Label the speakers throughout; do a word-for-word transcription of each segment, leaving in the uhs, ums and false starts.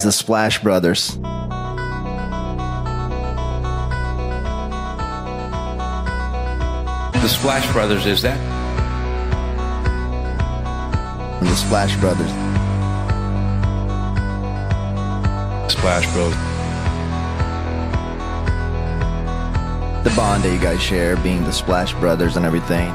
Speaker 1: The Splash Brothers.
Speaker 2: The Splash Brothers, is that?
Speaker 1: The Splash Brothers.
Speaker 2: Splash Bros.
Speaker 1: The bond that you guys share, being the Splash Brothers and everything.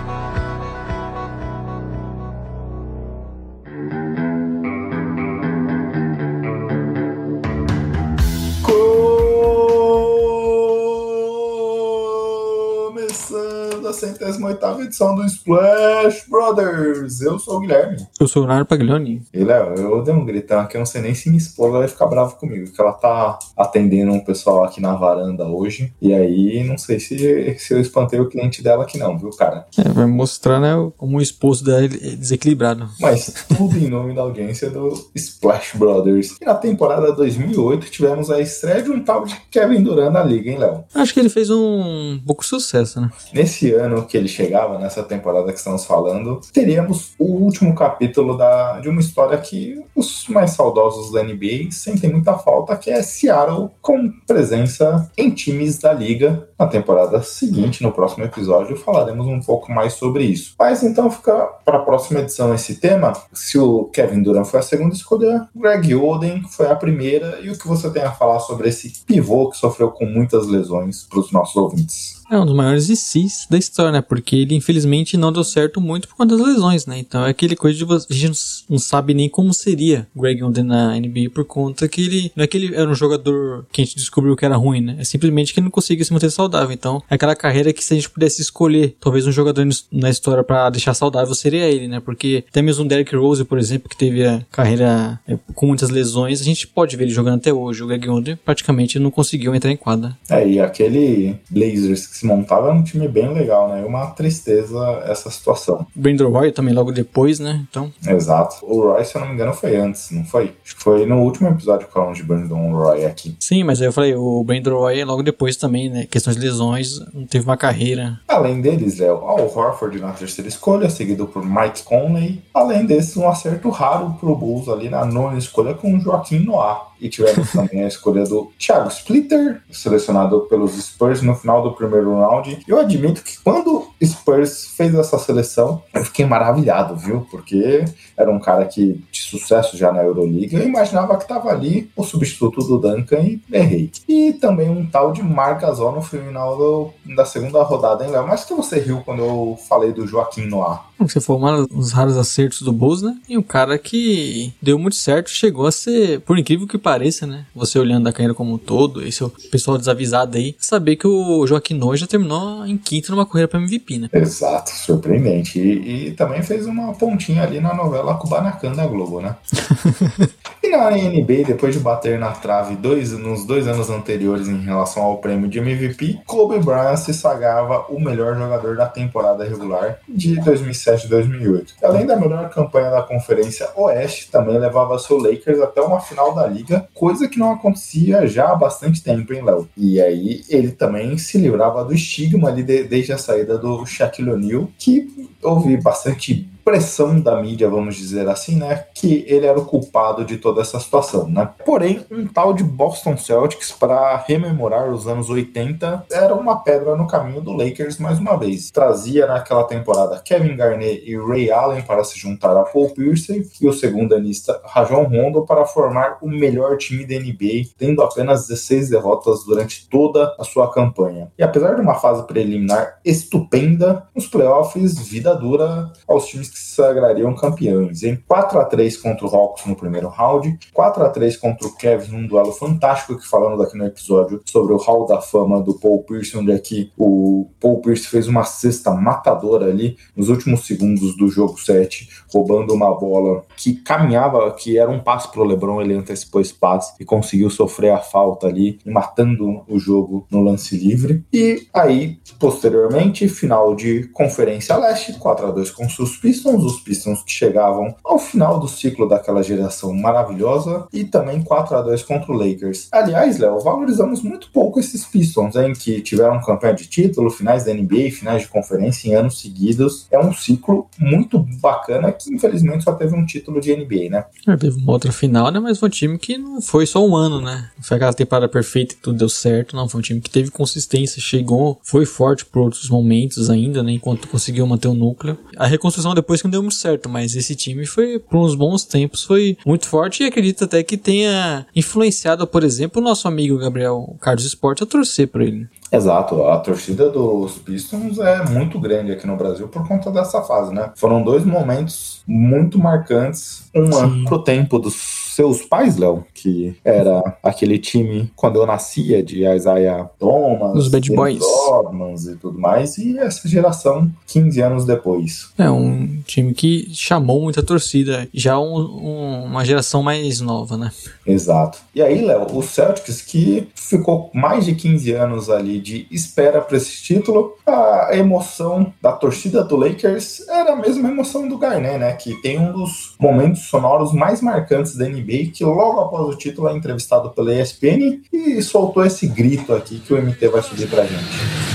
Speaker 3: Começando a centésima oitava edição do Splash Brothers. Eu sou o Guilherme.
Speaker 4: Eu sou o Leonardo Paglioni.
Speaker 3: E Léo, eu dei um gritão aqui, eu não sei nem se minha esposa vai ficar brava comigo, que ela tá atendendo um pessoal aqui na varanda hoje. E aí, não sei se, se eu espantei o cliente dela aqui não, viu, cara?
Speaker 4: É, vai mostrar, né, como o esposo dela é desequilibrado.
Speaker 3: Mas tudo em nome da audiência do Splash Brothers. E na temporada dois mil e oito tivemos a estreia de um tal de Kevin Durant na liga, hein, Léo?
Speaker 4: Acho que ele fez um pouco sucesso, né?
Speaker 3: Nesse ano que ele chegava, nessa temporada que estamos falando, teríamos o último capítulo da, de uma história que os mais saudosos da N B A sentem muita falta, que é Seattle com presença em times da liga. Na temporada seguinte, no próximo episódio, falaremos um pouco mais sobre isso. Mas então fica para a próxima edição esse tema. Se o Kevin Durant foi a segunda escolha, Greg Oden foi a primeira. E o que você tem a falar sobre esse pivô que sofreu com muitas lesões para os nossos ouvintes?
Speaker 4: É um dos maiores I Cs da história, né? Porque ele, infelizmente, não deu certo muito por conta das lesões, né? Então é aquele coisa de você, a gente não sabe nem como seria o Greg Oden na N B A por conta que ele... Não é que ele era um jogador que a gente descobriu que era ruim, né? É simplesmente que ele não conseguia se manter saudável. Então é aquela carreira que se a gente pudesse escolher talvez um jogador na história pra deixar saudável, seria ele, né? Porque até mesmo o Derrick Rose, por exemplo, que teve a carreira é, com muitas lesões, a gente pode ver ele jogando até hoje. O Greg Oden praticamente não conseguiu entrar em quadra.
Speaker 3: É, e aquele Blazers que se montava era um time bem legal, né? E uma tristeza essa situação.
Speaker 4: O Brandon Roy também logo depois, né? Então...
Speaker 3: Exato. O Roy, se eu não me engano, foi antes, não foi? Acho que foi no último episódio que falamos de Brandon Roy aqui.
Speaker 4: Sim, mas aí eu falei, o Brandon Roy logo depois também, né? Questões de lesões, não teve uma carreira.
Speaker 3: Além deles, Léo, Al Horford na terceira escolha, seguido por Mike Conley. Além desse, um acerto raro pro Bulls ali na nona escolha com o Joaquim Noah. E tivemos também a escolha do Thiago Splitter, selecionado pelos Spurs no final do primeiro round. Eu admito que quando o Spurs fez essa seleção, eu fiquei maravilhado, viu? Porque era um cara que de sucesso já na Euroliga. Eu imaginava que estava ali o substituto do Duncan e errei. E também um tal de Marc Gasol no final do, da segunda rodada, hein, Léo? Mas que você riu quando eu falei do Joaquim Noah?
Speaker 4: Você foi um dos raros acertos do Bulls, né? E um cara que deu muito certo, chegou a ser, por incrível que pareça, né? Você olhando a carreira como um todo, esse é o pessoal desavisado aí, saber que o Joaquim Noah já terminou em quinto numa corrida para M V P, né?
Speaker 3: Exato, surpreendente. E, e também fez uma pontinha ali na novela Kubanacan da Globo, né? E na N B A, depois de bater na trave dois, nos dois anos anteriores em relação ao prêmio de M V P, Kobe Bryant se sagrava o melhor jogador da temporada regular de dois mil e sete e dois mil e oito. Além da melhor campanha da Conferência Oeste, também levava seu Lakers até uma final da Liga, coisa que não acontecia já há bastante tempo, hein, Léo? E aí ele também se livrava do estigma ali de, desde a saída do Shaquille O'Neal, que houve bastante pressão da mídia, vamos dizer assim, né, que ele era o culpado de toda essa situação, né. Porém, um tal de Boston Celtics, para rememorar os anos oitenta, era uma pedra no caminho do Lakers mais uma vez. Trazia naquela temporada Kevin Garnett e Ray Allen para se juntar a Paul Pierce e o segundo anista Rajon Rondo para formar o melhor time da N B A, tendo apenas dezesseis derrotas durante toda a sua campanha. E apesar de uma fase preliminar estupenda, nos playoffs, vida dura aos times que se sagrariam campeões. Em quatro a três contra o Hawks no primeiro round, quatro a três contra o Cavs num duelo fantástico que falamos aqui no episódio sobre o Hall da Fama do Paul Pierce, onde aqui o Paul Pierce fez uma cesta matadora ali nos últimos segundos do jogo sete, roubando uma bola que caminhava, que era um passe pro LeBron, ele antecipou esse passe e conseguiu sofrer a falta ali, matando o jogo no lance livre. E aí, posteriormente, final de Conferência Leste, quatro a dois com os Pistons, Pistons, os Pistons que chegavam ao final do ciclo daquela geração maravilhosa, e também quatro a dois contra o Lakers. Aliás, Léo, valorizamos muito pouco esses Pistons, hein, que tiveram campeão de título, finais da N B A, finais de conferência em anos seguidos. É um ciclo muito bacana que infelizmente só teve um título de N B A, né?
Speaker 4: É, teve uma outra final, né? Mas foi um time que não foi só um ano, né? Não foi aquela temporada perfeita que tudo deu certo, não. Foi um time que teve consistência, chegou, foi forte por outros momentos ainda, né? Enquanto conseguiu manter o núcleo. A reconstrução depois que não deu muito certo, mas esse time foi, por uns bons tempos, foi muito forte e acredito até que tenha influenciado, por exemplo, o nosso amigo Gabriel Carlos Esporte a torcer por ele.
Speaker 3: Exato, a torcida dos Pistons é muito grande aqui no Brasil por conta dessa fase, né? Foram dois momentos muito marcantes, uma pro tempo dos seus pais, Léo, que era aquele time quando eu nascia de Isaiah Thomas,
Speaker 4: os Bad Boys
Speaker 3: Rodmans e tudo mais, e essa geração quinze anos depois.
Speaker 4: É um time que chamou muita torcida, já um, um, uma geração mais nova, né?
Speaker 3: Exato. E aí, Léo, o Celtics que ficou mais de quinze anos ali de espera para esse título, a emoção da torcida do Lakers era a mesma emoção do Garnett, né? Que tem um dos momentos sonoros mais marcantes da N B A, que logo após o título é entrevistado pela E S P N e soltou esse grito aqui que o M T vai subir pra gente.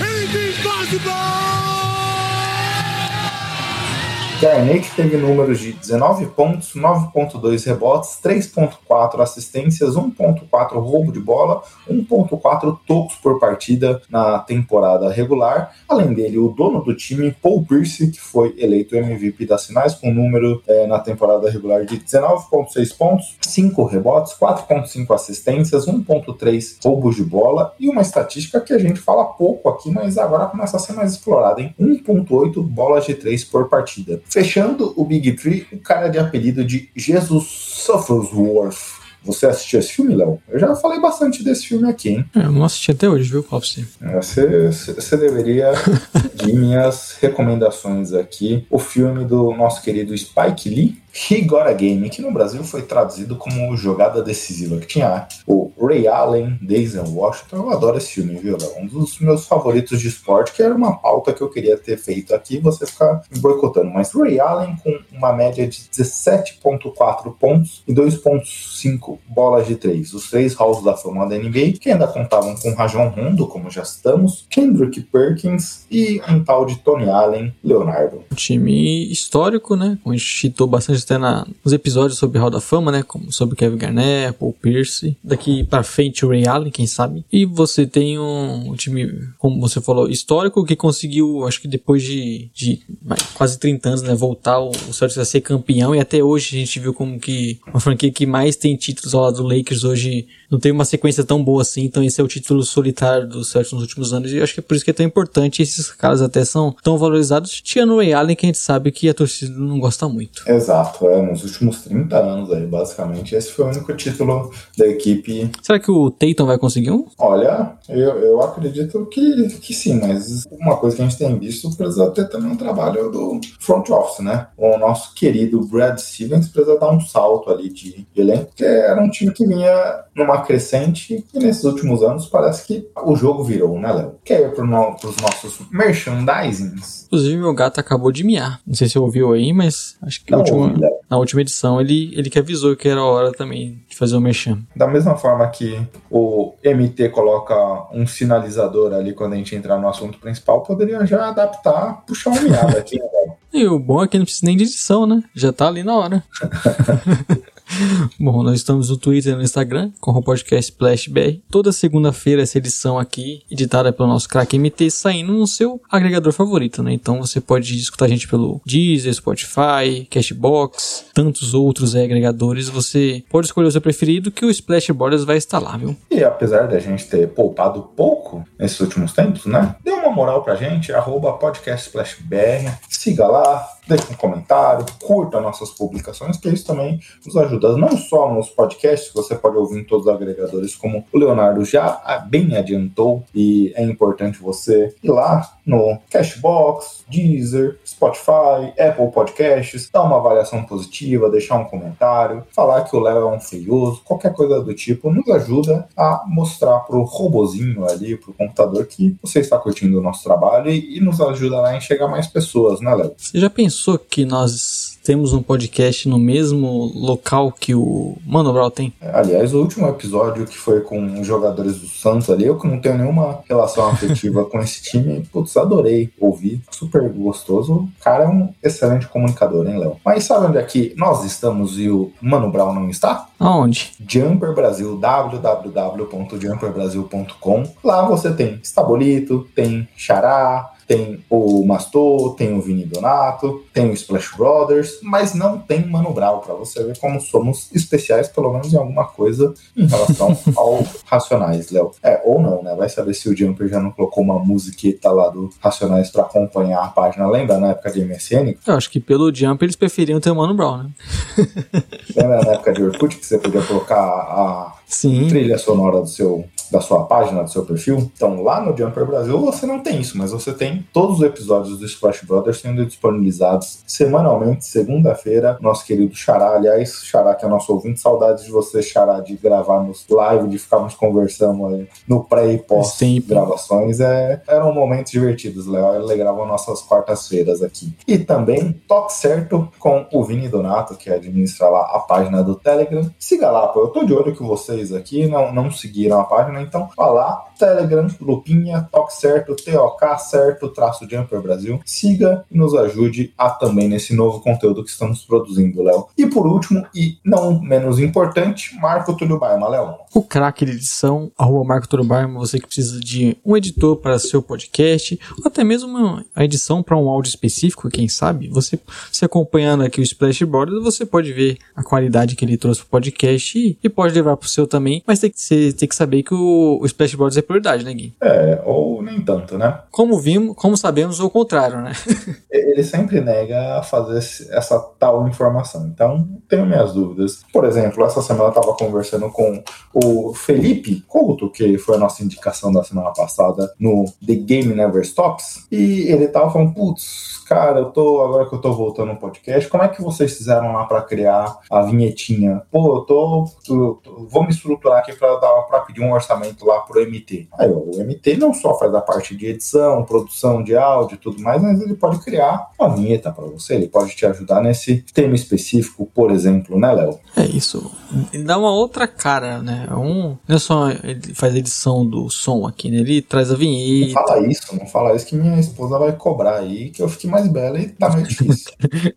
Speaker 3: Garnett teve números de dezenove pontos, nove vírgula dois rebotes, três vírgula quatro assistências, um vírgula quatro roubo de bola, um vírgula quatro tocos por partida na temporada regular. Além dele, o dono do time, Paul Pierce, que foi eleito M V P das finais com número é, na temporada regular de dezenove vírgula seis pontos, cinco rebotes, quatro vírgula cinco assistências, um vírgula três roubos de bola e uma estatística que a gente fala pouco aqui, mas agora começa a ser mais explorada, hein? um vírgula oito bolas de três por partida. Fechando o Big Three, o cara de apelido de Jesus Shufflesworth. Você assistiu esse filme, Léo? Eu já falei bastante desse filme aqui, hein?
Speaker 4: É, eu não assisti até hoje, viu, Clóvis?
Speaker 3: Você, você deveria seguir minhas recomendações aqui. O filme do nosso querido Spike Lee, He Got a Game, que no Brasil foi traduzido como Jogada Decisiva, que tinha o Ray Allen, Denzel Washington. Eu adoro esse filme, viu, Léo? Um dos meus favoritos de esporte, que era uma pauta que eu queria ter feito aqui, você ficar me boicotando. Mas Ray Allen com uma média de dezessete vírgula quatro pontos e dois vírgula cinco bolas de três. Os três halls da fama da N B A, que ainda contavam com Rajon Rondo, como já citamos, Kendrick Perkins e um tal de Tony Allen Leonardo.
Speaker 4: Um time histórico, né? Como a gente citou bastante até na, nos episódios sobre Hall da Fama, né? Como sobre Kevin Garnett, Paul Pierce. Daqui pra frente o Ray Allen, quem sabe. E você tem um, um time, como você falou, histórico, que conseguiu, acho que depois de, de quase trinta anos, né? Voltar o, o Celtics a ser campeão. E até hoje a gente viu como que uma franquia que mais tem títulos ao lado do Lakers hoje não tem uma sequência tão boa assim. Então esse é o título solitário do Celtics nos últimos anos. E eu acho que é por isso que é tão importante. Esses caras até são tão valorizados. Tirando o Ray Allen, que a gente sabe que a torcida não gosta muito.
Speaker 3: Exato. É, nos últimos trinta anos aí, basicamente, esse foi o único título da equipe.
Speaker 4: Será que o Tatum vai conseguir um?
Speaker 3: Olha, eu, eu acredito que, que sim, mas uma coisa que a gente tem visto precisa ter também um trabalho do front office, né? O nosso querido Brad Stevens precisa dar um salto ali de, de elenco, porque era um time que vinha numa crescente e nesses últimos anos parece que o jogo virou, né, Léo? Quer ir para no, os nossos merchandisings?
Speaker 4: Inclusive, meu gato acabou de miar. Não sei se você ouviu aí, mas acho que
Speaker 3: Não,
Speaker 4: a última...
Speaker 3: ouvi,
Speaker 4: Na última edição, ele, ele que avisou que era hora também de fazer o merchan.
Speaker 3: Da mesma forma que o M T coloca um sinalizador ali quando a gente entrar no assunto principal, poderia já adaptar, puxar uma miada aqui, né?
Speaker 4: E o bom é que não precisa nem de edição, né? Já tá ali na hora. Bom, nós estamos no Twitter e no Instagram com o podcast Splash B R. Toda segunda-feira essa edição aqui, editada pelo nosso craque M T, saindo no seu agregador favorito, né? Então você pode escutar a gente pelo Deezer, Spotify, Cashbox, tantos outros agregadores. Você pode escolher o seu preferido que o Splash Brothers vai estar lá, viu?
Speaker 3: E apesar da gente ter poupado pouco nesses últimos tempos, né? Dê uma moral pra gente, arroba podcast Splash B R. Siga lá, deixe um comentário, curta nossas publicações, que isso também nos ajuda não só nos podcasts, que você pode ouvir em todos os agregadores, como o Leonardo já bem adiantou, e é importante você ir lá no Cashbox, Deezer, Spotify, Apple Podcasts, dar uma avaliação positiva, deixar um comentário, falar que o Léo é um feioso, qualquer coisa do tipo, nos ajuda a mostrar pro robozinho ali, pro computador, que você está curtindo o nosso trabalho e, e nos ajuda a enxergar mais pessoas, né, Léo?
Speaker 4: Você já pensou pensou que nós temos um podcast no mesmo local que o Mano Brown tem?
Speaker 3: Aliás, o último episódio que foi com os jogadores do Santos ali, eu que não tenho nenhuma relação afetiva com esse time, putz, adorei ouvir, super gostoso. O cara é um excelente comunicador, hein, Léo? Mas sabe onde é que nós estamos e o Mano Brown não está?
Speaker 4: Aonde?
Speaker 3: Jumper Brasil, w w w ponto jumper brasil ponto com. Lá você tem Stabolito, tem Xará, tem o Mastor, tem o Vini Donato, tem o Splash Brothers, mas não tem Mano Brown, pra você ver como somos especiais, pelo menos em alguma coisa, em relação ao Racionais, Léo. É, ou não, né? Vai saber se o Jumper já não colocou uma musiqueta lá do Racionais pra acompanhar a página. Lembra na época de M S N?
Speaker 4: Eu acho que pelo Jumper eles preferiam ter o Mano Brown, né?
Speaker 3: Lembra na época de Orkut que você podia colocar a
Speaker 4: Sim.
Speaker 3: trilha sonora do seu, da sua página, do seu perfil? Então, lá no Jumper Brasil você não tem isso, mas você tem todos os episódios do Splash Brothers sendo disponibilizados semanalmente, segunda-feira. Nosso querido Xará, aliás, Xará que é nosso ouvinte, saudades de você, Xará, de gravarmos live, de ficarmos conversando aí no pré e pós gravações. É, eram momentos divertidos, Léo. Ele gravou nossas quartas-feiras aqui. E também Toque Certo com o Vini Donato, que administra lá a página do Telegram. Siga lá, pô. Eu tô de olho que vocês aqui não, não seguiram a página, então vá lá, Telegram, Lupinha, Toque Certo, T O K certo, traço Jumper Brasil. Siga e nos ajude a também nesse novo conteúdo que estamos produzindo, Léo. E por último, e não menos importante, Marco Túlio Baima, Léo.
Speaker 4: O craque de edição, arroba Marco Túlio Baima, você que precisa de um editor para seu podcast, ou até mesmo uma edição para um áudio específico, quem sabe, você se acompanhando aqui o Splash Brothers, você pode ver a qualidade que ele trouxe pro podcast e, e pode levar pro seu também, mas tem que, você tem que saber que o, o Splash Brothers é prioridade, né, Gui?
Speaker 3: É, ou nem tanto, né?
Speaker 4: Como vimos, como sabemos, o contrário, né?
Speaker 3: Ele sempre nega fazer essa tal informação, então tenho minhas dúvidas. Por exemplo, essa semana eu estava conversando com o Felipe Couto, que foi a nossa indicação da semana passada no The Game Never Stops, e ele tava falando, putz, cara, eu tô, agora que eu tô voltando no podcast, como é que vocês fizeram lá pra criar a vinhetinha? Pô, eu tô, tô, tô vou me estruturar aqui pra, dar, pra pedir um orçamento lá pro M T. Aí o M T não só faz a parte de edição, produção de áudio e tudo mais, mas ele pode criar uma vinheta pra você, ele pode te ajudar nesse tema específico, por exemplo, né, Léo?
Speaker 4: É isso. Ele dá uma outra cara, né? Um, não é só ele faz a edição do som aqui, né? Ele traz a vinheta.
Speaker 3: Não fala isso, não fala isso que minha esposa vai cobrar aí, que eu fique mais bela e tá meio difícil.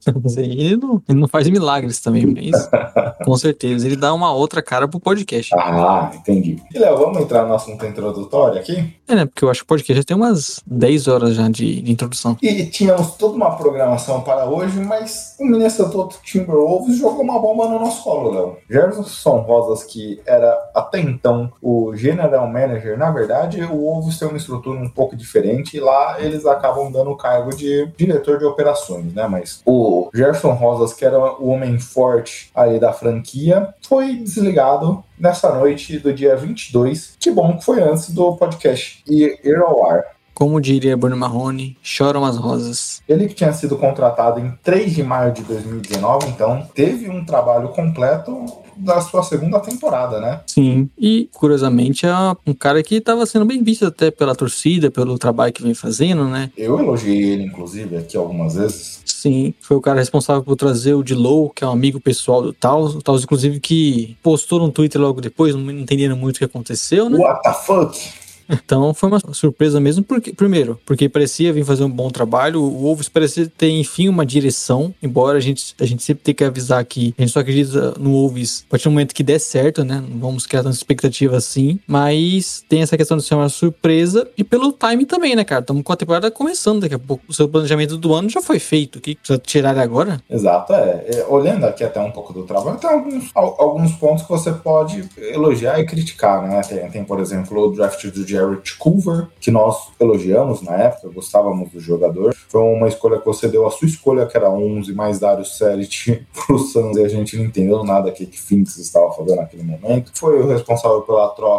Speaker 4: ele, não, ele não faz milagres também, mas com certeza ele dá uma outra cara pro podcast.
Speaker 3: Ah, entendi. E Léo, vamos entrar no assunto introdutório aqui?
Speaker 4: É, né? Porque eu acho que o podcast já tem umas dez horas já de, de introdução.
Speaker 3: E tínhamos toda uma programação para hoje, mas o Minnesota Timberwolves jogou uma bomba no nosso colo, Léo. Gerson Rosas, que era até então o general manager, na verdade, o Wolves tem uma estrutura um pouco diferente e lá eles acabam dando o cargo de diretor de operações, né? Mas o Gerson Rosas, que era o homem forte ali da franquia, foi desligado nessa noite do dia vinte e dois. Que bom que foi antes do podcast ir ao ar.
Speaker 4: Como diria Bruno Marrone, choram as rosas.
Speaker 3: Ele que tinha sido contratado em três de maio de dois mil e dezenove, então teve um trabalho completo da sua segunda temporada, né?
Speaker 4: Sim, e curiosamente é um cara que estava sendo bem visto até pela torcida, pelo trabalho que vem fazendo, né?
Speaker 3: Eu elogiei ele, inclusive, aqui algumas vezes.
Speaker 4: Sim, foi o cara responsável por trazer o D-Low, que é um amigo pessoal do Taos. O Taos, inclusive, que postou no Twitter logo depois, não entendendo muito o que aconteceu, né?
Speaker 3: What the fuck?
Speaker 4: Então foi uma surpresa mesmo, porque, primeiro, porque parecia vir fazer um bom trabalho, o Wolves parecia ter, enfim, uma direção, embora a gente, a gente sempre tenha que avisar que a gente só acredita no Wolves a partir do momento que der certo, né? Não vamos criar tanta expectativa assim, mas tem essa questão de ser uma surpresa e pelo time também, né, cara? Estamos com a temporada começando daqui a pouco, o seu planejamento do ano já foi feito, o que precisa tirar agora?
Speaker 3: Exato, é. é. Olhando aqui até um pouco do trabalho, tem alguns, alguns pontos que você pode elogiar e criticar, né? Tem, tem por exemplo, o draft do Jarrett Culver, que nós elogiamos na época, gostávamos do jogador. Foi uma escolha que você deu, a sua escolha, que era onze, mais Darius Saric pro Suns, e a gente não entendeu nada que que Phoenix estava fazendo naquele momento. Foi o responsável pela troca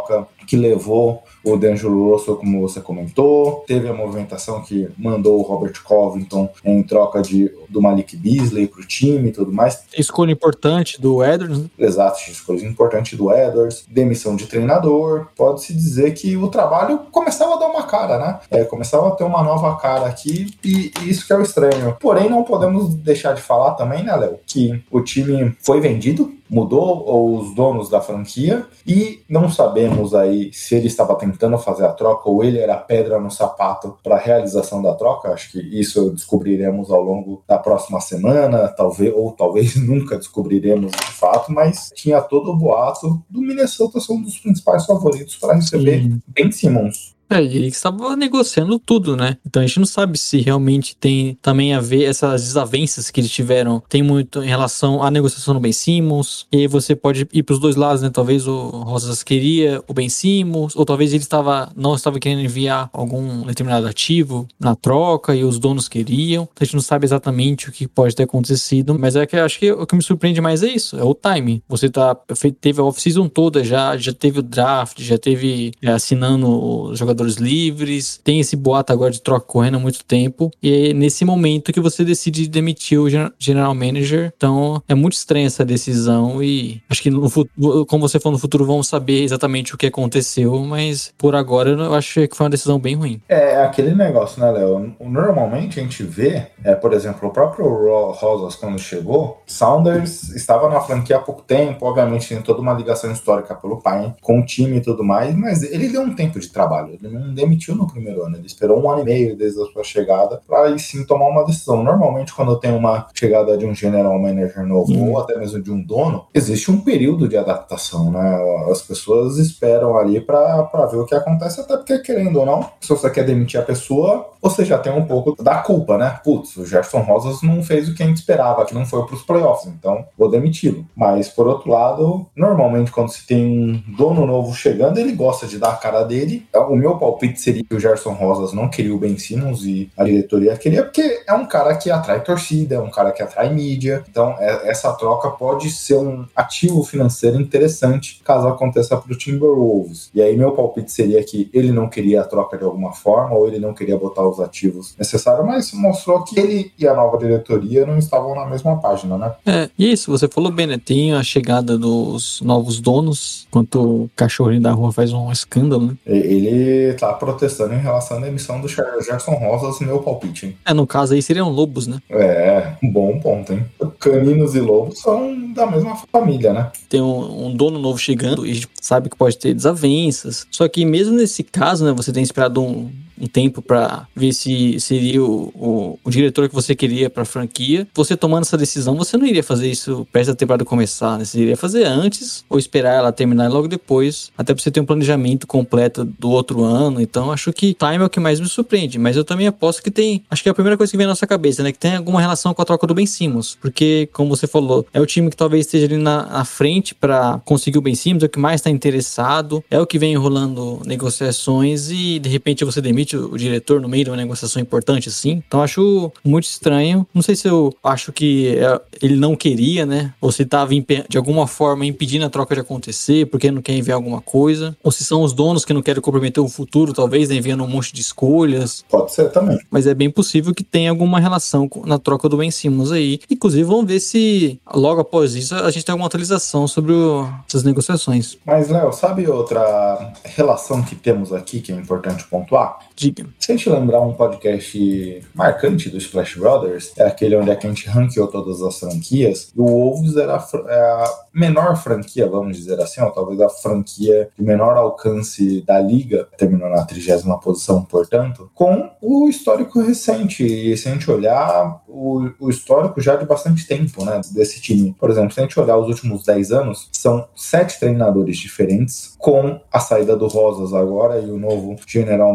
Speaker 3: que levou o D'Angelo Russell, como você comentou. Teve a movimentação que mandou o Robert Covington em troca de, do Malik Beasley para o time e tudo mais.
Speaker 4: Escolha importante do Edwards, né?
Speaker 3: Exato, escolha importante do Edwards. Demissão de treinador. Pode-se dizer que o trabalho começava a dar uma cara, né? É, começava a ter uma nova cara aqui e, e isso que é o estranho. Porém, não podemos deixar de falar também, né, Léo, que o time foi vendido, mudou os donos da franquia e não sabemos aí se ele estava tentando fazer a troca ou ele era pedra no sapato para a realização da troca. Acho que isso descobriremos ao longo da próxima semana, talvez, ou talvez nunca descobriremos de fato, mas tinha todo o boato do Minnesota ser um dos principais favoritos para receber Sim. Ben Simmons.
Speaker 4: É, ele estava negociando tudo, né? Então a gente não sabe se realmente tem também a ver essas desavenças que eles tiveram. Tem muito em relação à negociação do Ben Simmons. E aí você pode ir para os dois lados, né? Talvez o Rosas queria o Ben Simmons, ou talvez ele estava, não estava querendo enviar algum determinado ativo na troca e os donos queriam. A gente não sabe exatamente o que pode ter acontecido, mas é que acho que o que me surpreende mais é isso, é o timing. Você tá, teve a off-season toda já, já teve o draft, já teve é, assinando os jogadores livres, tem esse boato agora de troca correndo há muito tempo, e é nesse momento que você decide demitir o general manager. Então é muito estranha essa decisão e acho que no futuro, como você falou, no futuro vamos saber exatamente o que aconteceu, mas por agora eu acho que foi uma decisão bem ruim.
Speaker 3: É aquele negócio, né, Léo? Normalmente a gente vê, é, por exemplo, o próprio Rosas quando chegou, Saunders estava na franquia há pouco tempo, obviamente tem toda uma ligação histórica pelo pai, com o time e tudo mais, mas ele deu um tempo de trabalho. Ele não demitiu no primeiro ano, ele esperou um ano e meio desde a sua chegada para aí sim tomar uma decisão. Normalmente, quando tem uma chegada de um general manager novo uhum. ou até mesmo de um dono, existe um período de adaptação, né? As pessoas esperam ali para ver o que acontece, até porque, querendo ou não, se você quer demitir a pessoa, você já tem um pouco da culpa, né? Putz, o Gerson Rosas não fez o que a gente esperava, que não foi para os playoffs, então vou demiti-lo. Mas, por outro lado, normalmente, quando se tem um dono novo chegando, ele gosta de dar a cara dele. O meu palpite seria que o Gerson Rosas não queria o Ben Simmons e a diretoria queria, porque é um cara que atrai torcida, é um cara que atrai mídia, então é, essa troca pode ser um ativo financeiro interessante caso aconteça para o Timberwolves. E aí meu palpite seria que ele não queria a troca de alguma forma, ou ele não queria botar os ativos necessários, mas mostrou que ele e a nova diretoria não estavam na mesma página, né?
Speaker 4: É, isso, você falou bem, né? Tem a chegada dos novos donos, enquanto o cachorrinho da rua faz um escândalo, né?
Speaker 3: Ele tá protestando em relação à demissão do Gerson Rosas, meu palpite, hein?
Speaker 4: É, no caso aí seriam lobos, né?
Speaker 3: É, um bom ponto, hein? Caninos e lobos são da mesma família, né?
Speaker 4: Tem um, um dono novo chegando e a gente sabe que pode ter desavenças. Só que mesmo nesse caso, né, você tem esperado um, um tempo pra ver se seria o, o, o diretor que você queria pra franquia. Você tomando essa decisão, você não iria fazer isso perto da temporada começar, né? Você iria fazer antes ou esperar ela terminar logo depois, até pra você ter um planejamento completo do outro ano. Então acho que time é o que mais me surpreende, mas eu também aposto que tem, acho que é a primeira coisa que vem na nossa cabeça, né, que tem alguma relação com a troca do Ben Simmons, porque como você falou, é o time que talvez esteja ali na, na frente pra conseguir o Ben Simmons, é o que mais tá interessado, é o que vem enrolando negociações e de repente você demite o, o diretor no meio de uma negociação importante assim. Então acho muito estranho, não sei se eu acho que é, ele não queria, né, ou se tava de alguma forma impedindo a troca de acontecer porque não quer enviar alguma coisa, ou se são os donos que não querem comprometer o futuro, talvez, né, enviando um monte de escolhas.
Speaker 3: Pode ser também.
Speaker 4: Mas é bem possível que tenha alguma relação com, na troca do Ben Simmons aí. Inclusive, vamos ver se logo após isso a gente tem alguma atualização sobre o, essas negociações.
Speaker 3: Mas, Léo, sabe outra relação que temos aqui que é importante pontuar?
Speaker 4: Diga.
Speaker 3: Se a gente lembrar um podcast marcante do Splash Brothers, é aquele onde a gente ranqueou todas as franquias, e o Wolves era a menor franquia, vamos dizer assim, ou talvez a franquia de menor alcance da liga, terminou na trigésima posição, portanto, com o histórico recente. E se a gente olhar o, o histórico já de bastante tempo, né, desse time. Por exemplo, se a gente olhar os últimos dez anos, são sete treinadores diferentes, com a saída do Rosas agora e o novo general manager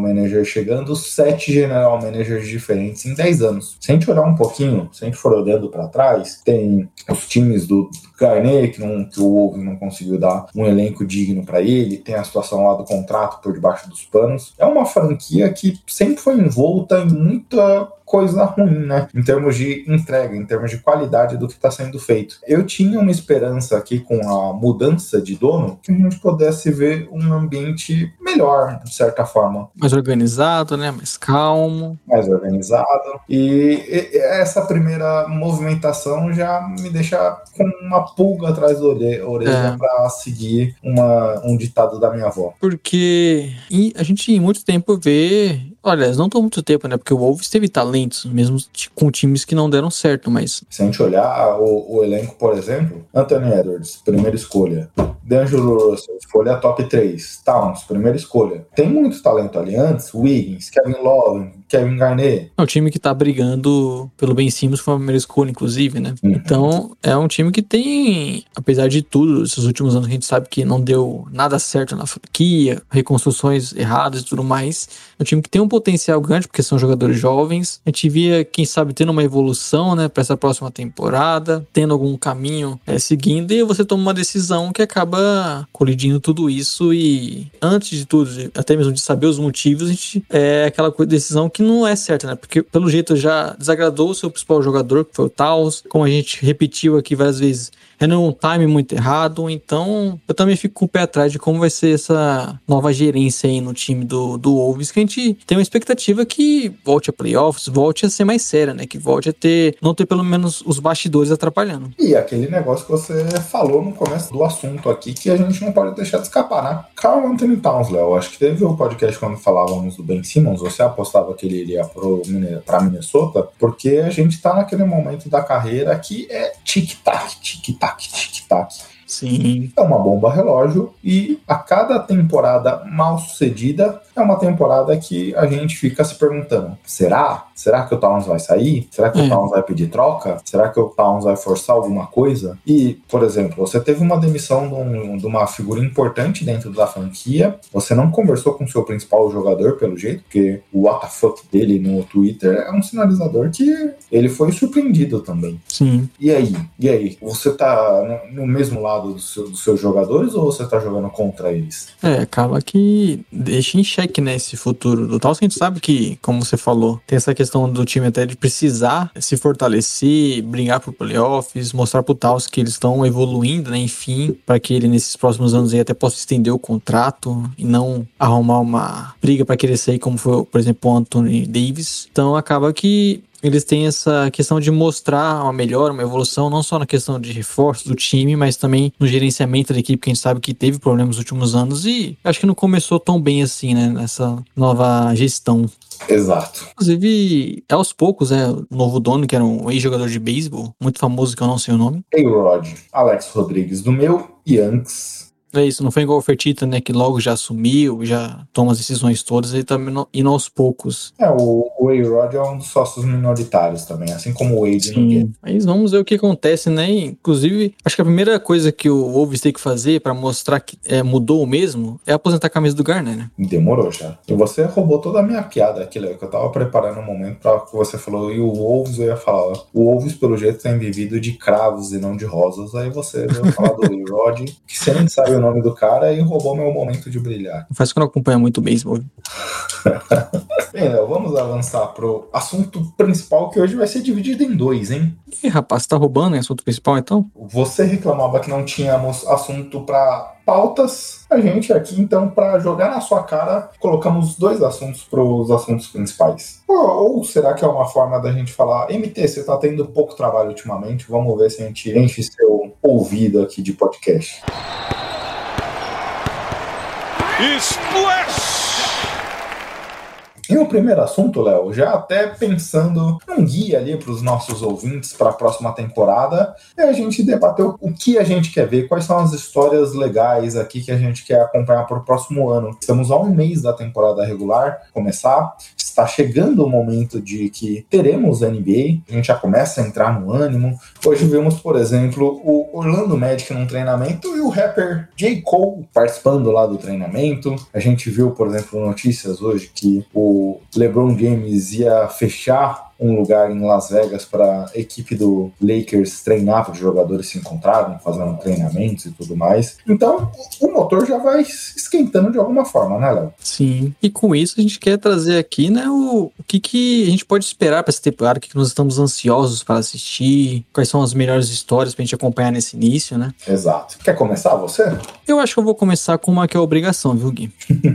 Speaker 3: chegando, sete general managers diferentes em dez anos. Se a gente olhar um pouquinho, se a gente for olhando para trás, tem os times do Garnett, que, não, que o Wolves não conseguiu dar um elenco digno para ele, tem a situação lá do contrato por debaixo dos panos. É uma franquia que sempre foi envolta em muita coisa ruim, né? Em termos de entrega, em termos de qualidade do que está sendo feito. Eu tinha uma esperança aqui com a mudança de dono que a gente pudesse ver um ambiente melhor, de certa forma.
Speaker 4: Mais organizado, né? Mais calmo.
Speaker 3: Mais organizado. E, e essa primeira movimentação já me deixa com uma pulga atrás da orelha é. para seguir uma, um ditado da minha avó.
Speaker 4: Porque a gente em muito tempo vê... Olha, não tô muito tempo, né? Porque o Wolves teve talentos, mesmo com times que não deram certo, mas...
Speaker 3: Se a gente olhar o, o elenco, por exemplo, Anthony Edwards, primeira escolha. D'Angelo Russell, escolha top três. Towns, primeira escolha. Tem muito talento ali antes. Wiggins, Kevin Love, Kevin Garnett.
Speaker 4: É um time que tá brigando pelo Ben Simmons, foi a primeira escolha, inclusive, né? Uhum. Então, é um time que tem, apesar de tudo, esses últimos anos a gente sabe que não deu nada certo na franquia, reconstruções erradas e tudo mais. É um time que tem um potencial grande, porque são jogadores jovens. A gente via, quem sabe, tendo uma evolução, né, para essa próxima temporada, tendo algum caminho é, seguindo, e você toma uma decisão que acaba colidindo tudo isso. E antes de tudo, até mesmo de saber os motivos, a gente é aquela decisão que não é certa, né, porque pelo jeito já desagradou o seu principal jogador, que foi o Towns, como a gente repetiu aqui várias vezes, é num time muito errado. Então eu também fico com o pé atrás de como vai ser essa nova gerência aí no time do, do Wolves, que a gente tem uma expectativa que volte a playoffs, volte a ser mais séria, né? Que volte a ter, não ter pelo menos os bastidores atrapalhando.
Speaker 3: E aquele negócio que você falou no começo do assunto aqui, que a gente não pode deixar de escapar, né? Karl Anthony Towns, Léo, acho que teve o podcast quando falávamos do Ben Simmons, você apostava que ele iria pro, pra Minnesota, porque a gente tá naquele momento da carreira que é tic-tac, tic-tac, tic-tac.
Speaker 4: Sim.
Speaker 3: É uma bomba relógio e a cada temporada mal sucedida é uma temporada que a gente fica se perguntando, será? Será que o Towns vai sair? Será que é. o Towns vai pedir troca? Será que o Towns vai forçar alguma coisa? E, por exemplo, você teve uma demissão de, um, de uma figura importante dentro da franquia, você não conversou com o seu principal jogador, pelo jeito, porque o what the fuck dele no Twitter é um sinalizador que ele foi surpreendido também.
Speaker 4: Sim.
Speaker 3: E aí? E aí? Você tá no, no mesmo lado do seu, dos seus jogadores ou você tá jogando contra eles?
Speaker 4: É, acaba que deixa em xeque, né, esse futuro do Towns. A gente sabe que, como você falou, tem essa questão do time até de precisar se fortalecer, brigar por playoffs, mostrar pro Towns que eles estão evoluindo, né, enfim, para que ele nesses próximos anos aí até possa estender o contrato e não arrumar uma briga para querer sair, como foi, por exemplo, o Anthony Davis. Então acaba que eles têm essa questão de mostrar uma melhora, uma evolução, não só na questão de reforço do time, mas também no gerenciamento da equipe, que a gente sabe que teve problemas nos últimos anos e acho que não começou tão bem assim, né, nessa nova gestão.
Speaker 3: Exato.
Speaker 4: Inclusive, aos poucos, né, o novo dono, que era um ex-jogador de beisebol, muito famoso, que eu não sei o nome.
Speaker 3: A-Rod, Alex Rodrigues, do meu Yankees.
Speaker 4: É isso, não foi igual o Fertitta, né, que logo já assumiu, já toma as decisões todas, ele tá indo aos poucos.
Speaker 3: É, o, o A-Rod é um dos sócios minoritários também, assim como o Wade no game.
Speaker 4: Mas vamos ver o que acontece, né, inclusive, acho que a primeira coisa que o Wolves tem que fazer pra mostrar que é, mudou o mesmo, é aposentar a camisa do Garnett, né?
Speaker 3: Demorou já. E você roubou toda a minha piada aqui, Léo, que eu tava preparando um momento pra que você falou, e o Wolves, eu ia falar, o Wolves pelo jeito tem vivido de cravos e não de rosas, aí você veio falar do A-Rod, que você nem sabe o nome do cara e roubou meu momento de brilhar.
Speaker 4: Faz que eu não acompanho muito o beisebol.
Speaker 3: Bem, Léo, vamos avançar pro assunto principal, que hoje vai ser dividido em dois, hein?
Speaker 4: Ih, rapaz, você tá roubando, hein? Assunto principal, então?
Speaker 3: Você reclamava que não tínhamos assunto pra pautas. A gente aqui, então, pra jogar na sua cara, colocamos dois assuntos pros assuntos principais. Ou, ou será que é uma forma da gente falar, M T, você tá tendo pouco trabalho ultimamente, vamos ver se a gente enche seu ouvido aqui de podcast. Splash! E o primeiro assunto, Léo, já até pensando num guia ali para os nossos ouvintes para a próxima temporada, é a gente debater o que a gente quer ver, quais são as histórias legais aqui que a gente quer acompanhar para o próximo ano. Estamos a um mês da temporada regular começar, está chegando o momento de que teremos N B A, a gente já começa a entrar no ânimo. Hoje vimos, por exemplo, o Orlando Magic num treinamento e o rapper J. Cole participando lá do treinamento. A gente viu, por exemplo, notícias hoje que o o LeBron James ia fechar um lugar em Las Vegas para a equipe do Lakers treinar, para os jogadores se encontrarem, fazendo treinamentos e tudo mais. Então, o motor já vai esquentando de alguma forma, né, Léo?
Speaker 4: Sim. E com isso a gente quer trazer aqui, né, o, o que, que a gente pode esperar para essa temporada, o que, que nós estamos ansiosos para assistir, quais são as melhores histórias para a gente acompanhar nesse início, né?
Speaker 3: Exato. Quer começar você?
Speaker 4: Eu acho que eu vou começar com uma que é obrigação, viu, Gui?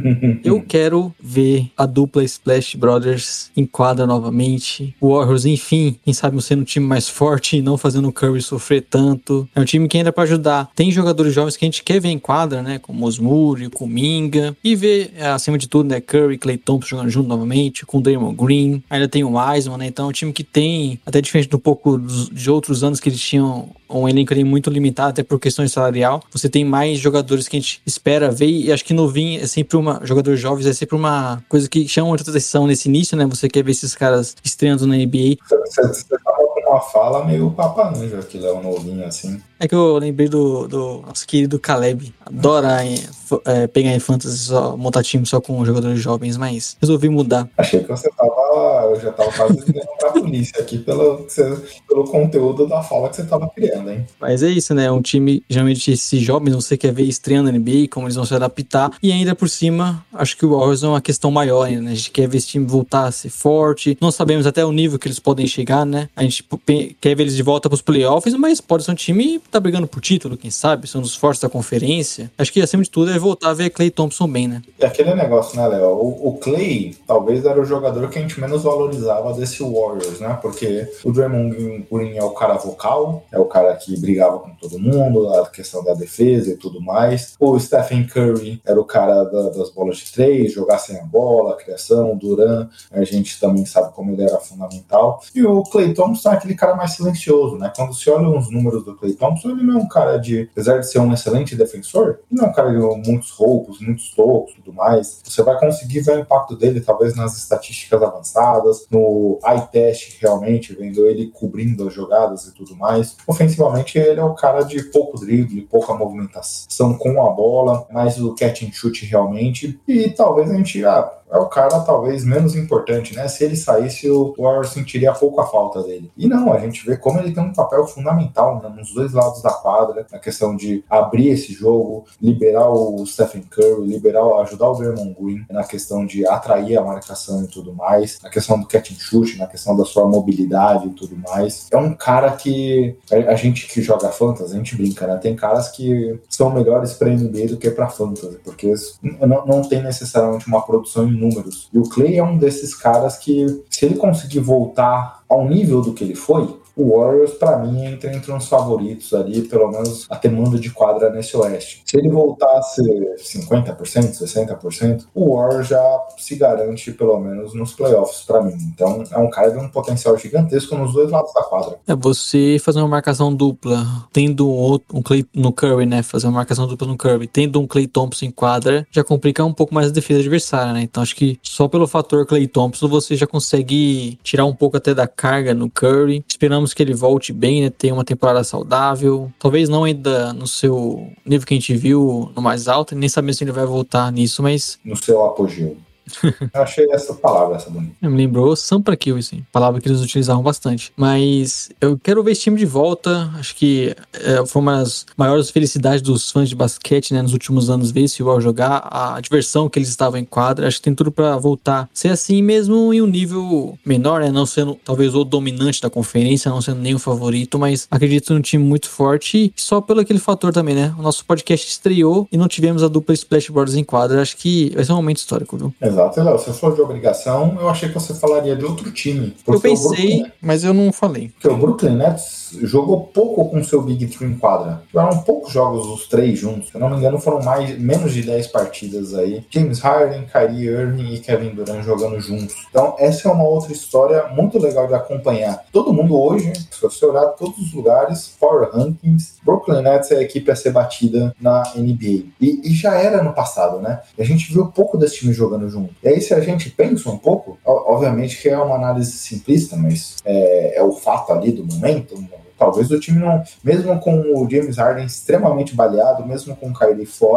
Speaker 4: Eu quero ver a dupla Splash Brothers em quadra novamente. Warriors, enfim, quem sabe sendo um time mais forte e não fazendo o Curry sofrer tanto. É um time que ainda para ajudar. Tem jogadores jovens que a gente quer ver em quadra, né? Como o Osmuri, o Kuminga. E ver, acima de tudo, né? Curry, Klay Thompson jogando junto novamente, com o Draymond Green. Ainda tem o Wiseman, né? Então é um time que tem, até diferente de um pouco de outros anos que eles tinham um elenco ali muito limitado, até por questões salarial. Você tem mais jogadores que a gente espera ver, e acho que novinho é sempre uma... Jogadores jovens é sempre uma coisa que chama muita atenção nesse início, né? Você quer ver esses caras estreando na N B A.
Speaker 3: Você, você tava com uma fala meio papananja, que ele é um novinho assim.
Speaker 4: É que eu lembrei do, do nosso querido Caleb. Adora é, pegar em fantasy, só, montar time só com jogadores jovens, mas resolvi mudar.
Speaker 3: Achei que você tava... Eu já tava quase ligando pra polícia aqui pelo, pelo conteúdo da fala que você tava criando, hein?
Speaker 4: Mas é isso, né? Um time, geralmente, esses jovens, você quer ver estreando na N B A, como eles vão se adaptar. E ainda por cima, acho que o Warriors é uma questão maior ainda, né? A gente quer ver esse time voltar a ser forte. Não sabemos até o nível que eles podem chegar, né? A gente quer ver eles de volta pros playoffs, mas pode ser um time que tá brigando por título, quem sabe? São dos fortes da conferência. Acho que, acima de tudo, é voltar a ver Klay Thompson bem, né?
Speaker 3: E aquele negócio, né, Léo? O, o Klay, talvez, era o jogador que a gente menos valorizava desse Warriors, né? Porque o Draymond Green é o cara vocal, é o cara que brigava com todo mundo, a questão da defesa e tudo mais. O Stephen Curry era o cara da, das bolas de três, jogar sem a bola, a criação, o Durant, a gente também sabe como ele era fundamental. E o Klay Thompson é aquele cara mais silencioso, né? Quando se olha os números do Klay Thompson, ele não é um cara de, apesar de ser um excelente defensor, ele não é um cara de muitos roubos, muitos tocos e tudo mais. Você vai conseguir ver o impacto dele, talvez nas estatísticas avançadas, no eye test realmente, vendo ele cobrindo as jogadas e tudo mais. Ofensivamente, ele é o cara de pouco drible, pouca movimentação com a bola, mais o catch and shoot realmente. E talvez a gente... Ah, é o cara talvez menos importante, né? Se ele saísse, o Warriors sentiria pouco a falta dele. E não, a gente vê como ele tem um papel fundamental, né, nos dois lados da quadra, na questão de abrir esse jogo, liberar o Stephen Curry, liberar, ajudar o Draymond Green, na questão de atrair a marcação e tudo mais, na questão do catch and shoot, na questão da sua mobilidade e tudo mais. É um cara que a, a gente que joga fantasy, a gente brinca, né? Tem caras que são melhores pra N B A do que pra fantasy, porque não, não tem necessariamente uma produção em números. E o Klay é um desses caras que, se ele conseguir voltar ao nível do que ele foi, o Warriors, pra mim, entra entre uns favoritos ali, pelo menos a ter mando de quadra nesse oeste. Se ele voltasse cinquenta por cento, sessenta por cento, o Warriors já se garante, pelo menos, nos playoffs pra mim. Então, é um cara de um potencial gigantesco nos dois lados da quadra.
Speaker 4: É você fazer uma marcação dupla, tendo um, um Klay no Curry, né? Fazer uma marcação dupla no Curry, tendo um Klay Thompson em quadra, já complica um pouco mais a defesa adversária, né? Então, acho que só pelo fator Klay Thompson, você já consegue tirar um pouco até da carga no Curry. Esperamos que ele volte bem, né? Tenha uma temporada saudável. Talvez não ainda no seu nível que a gente viu no mais alto, nem sabemos se ele vai voltar nisso, mas...
Speaker 3: No seu apogeu. Eu achei essa palavra, essa bonita.
Speaker 4: Me lembrou Sampa Kill, assim, palavra que eles utilizavam bastante. Mas eu quero ver esse time de volta. Acho que é, foi uma das maiores felicidades dos fãs de basquete, né, nos últimos anos, ver esse Warriors jogar, a diversão que eles estavam em quadra. Acho que tem tudo pra voltar ser assim mesmo em um nível menor, né, não sendo talvez o dominante da conferência, não sendo nem o favorito, mas acredito num time muito forte, e só pelo aquele fator também, né, o nosso podcast estreou e não tivemos a dupla Splash Brothers em quadra. Acho que vai ser um momento histórico, viu?
Speaker 3: Exato, Léo. Você falou de obrigação, eu achei que você falaria de outro time.
Speaker 4: Eu pensei,
Speaker 3: Brooklyn,
Speaker 4: mas eu não falei.
Speaker 3: Porque o Brooklyn Nets jogou pouco com seu Big Three em quadra. Tiveram poucos jogos os três juntos. Se eu não me engano, foram mais, menos de dez partidas aí. James Harden, Kyrie Irving e Kevin Durant jogando juntos. Então, essa é uma outra história muito legal de acompanhar. Todo mundo hoje, se você olhar todos os lugares, Power Rankings, Brooklyn Nets é a equipe a ser batida na N B A. E, e já era no passado, né? E a gente viu pouco desse time jogando junto. E aí, se a gente pensa um pouco, obviamente que é uma análise simplista, mas é, é o fato ali do momento. Talvez o time não, mesmo com o James Harden extremamente baleado, mesmo com o Kyrie fora,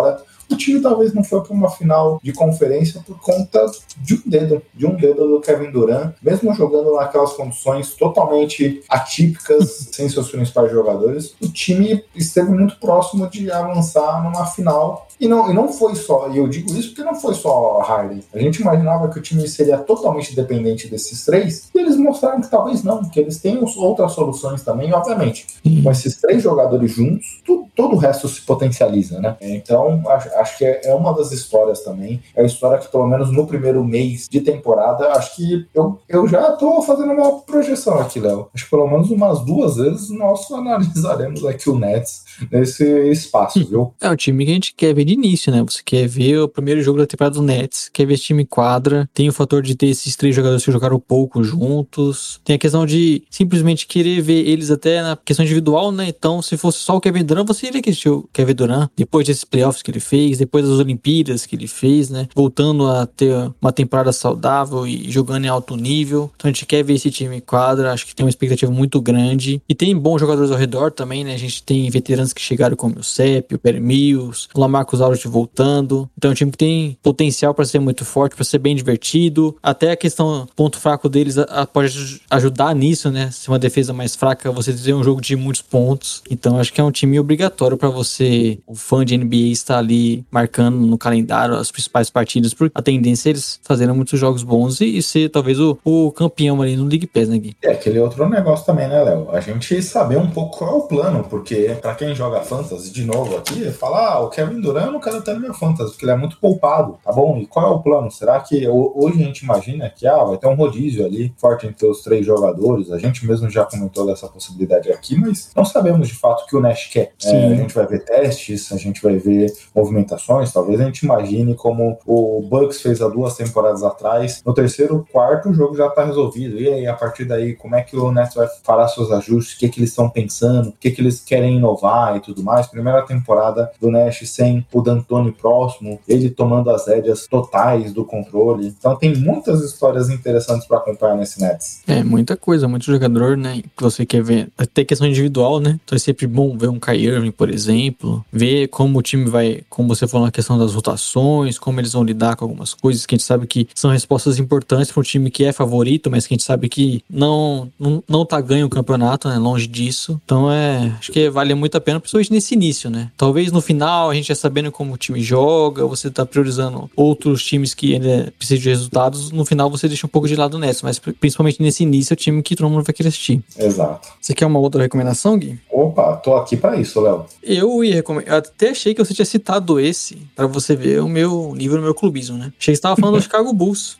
Speaker 3: o time talvez não foi para uma final de conferência por conta de um dedo, de um dedo do Kevin Durant, mesmo jogando naquelas condições totalmente atípicas, sem seus principais jogadores, o time esteve muito próximo de avançar numa final. E não, e não foi só, e eu digo isso porque não foi só Harden. A gente imaginava que o time seria totalmente dependente desses três, e eles mostraram que talvez não, que eles têm outras soluções também, obviamente. Com esses três jogadores juntos, tudo, todo o resto se potencializa, né? Então, acho, acho que é, é uma das histórias também. É a história que, pelo menos no primeiro mês de temporada, acho que eu, eu já tô fazendo uma projeção aqui, Léo. Acho que pelo menos umas duas vezes nós analisaremos aqui o Nets nesse espaço, viu?
Speaker 4: É o time que a gente quer ver de início, né? Você quer ver o primeiro jogo da temporada do Nets, quer ver esse time quadra, tem o fator de ter esses três jogadores que jogaram pouco juntos, tem a questão de simplesmente querer ver eles até na questão individual, né? Então, se fosse só o Kevin Durant, você iria querer o Kevin Durant, depois desses playoffs que ele fez, depois das Olimpíadas que ele fez, né? Voltando a ter uma temporada saudável e jogando em alto nível. Então, a gente quer ver esse time quadra, acho que tem uma expectativa muito grande. E tem bons jogadores ao redor também, né? A gente tem veteranos que chegaram como o Sepp, o Perry Mills, o Lamarcus Aldridge voltando. Então é um time que tem potencial para ser muito forte, para ser bem divertido. Até a questão, ponto fraco deles a, a, pode ajudar nisso, né? Se uma defesa mais fraca, você ter um jogo de muitos pontos. Então acho que é um time obrigatório para você, o fã de N B A, estar ali marcando no calendário as principais partidas, porque a tendência é eles fazerem muitos jogos bons e, e ser talvez o, o campeão ali no League Pass, né, Gui?
Speaker 3: É aquele outro negócio também, né, Léo? A gente saber um pouco qual é o plano, porque pra quem joga Fantasy, de novo aqui, fala, ah, o Kevin Durant eu não quero ter no meu Fantasy, porque ele é muito poupado, tá bom? E qual é o plano? Será que hoje a gente imagina que ah, vai ter um rodízio ali forte entre os três jogadores? A gente mesmo já comentou dessa possibilidade aqui, mas não sabemos de fato o que o Nash quer. É, a gente vai ver testes, a gente vai ver movimentações, talvez a gente imagine como o Bucks fez há duas temporadas atrás, no terceiro, quarto, o jogo já tá resolvido. E aí, a partir daí, como é que o Nets vai fará seus ajustes? O que, que eles estão pensando? O que, que eles querem inovar e tudo mais? Primeira temporada do Nash sem o D'Antoni próximo, ele tomando as rédeas totais do controle. Então tem muitas histórias interessantes para acompanhar nesse Nets.
Speaker 4: É, muita coisa, muito jogador, né, que você quer ver. Até questão individual, né? Então é sempre bom ver um Kyrie Irving, por exemplo, ver como o time vai, como você falou na questão das rotações, como eles vão lidar com algumas coisas que a gente sabe que são respostas importantes para um time que é favorito, mas que a gente sabe que não, não, não tá ganho o campeonato, né? Longe disso. Então é, acho que vale muito a pena, principalmente nesse início, né? Talvez no final, a gente já sabendo como o time joga, você tá priorizando outros times que ainda precisam de resultados, no final você deixa um pouco de lado o Nets, mas principalmente nesse início é o time que todo mundo vai querer assistir.
Speaker 3: Exato.
Speaker 4: Você quer uma outra recomendação, Gui?
Speaker 3: Opa, tô aqui pra isso, Léo.
Speaker 4: Eu ia recomendar, eu até achei que você tinha citado esse, pra você ver o meu nível no meu clubismo, né? Achei que você tava falando do Chicago Bulls.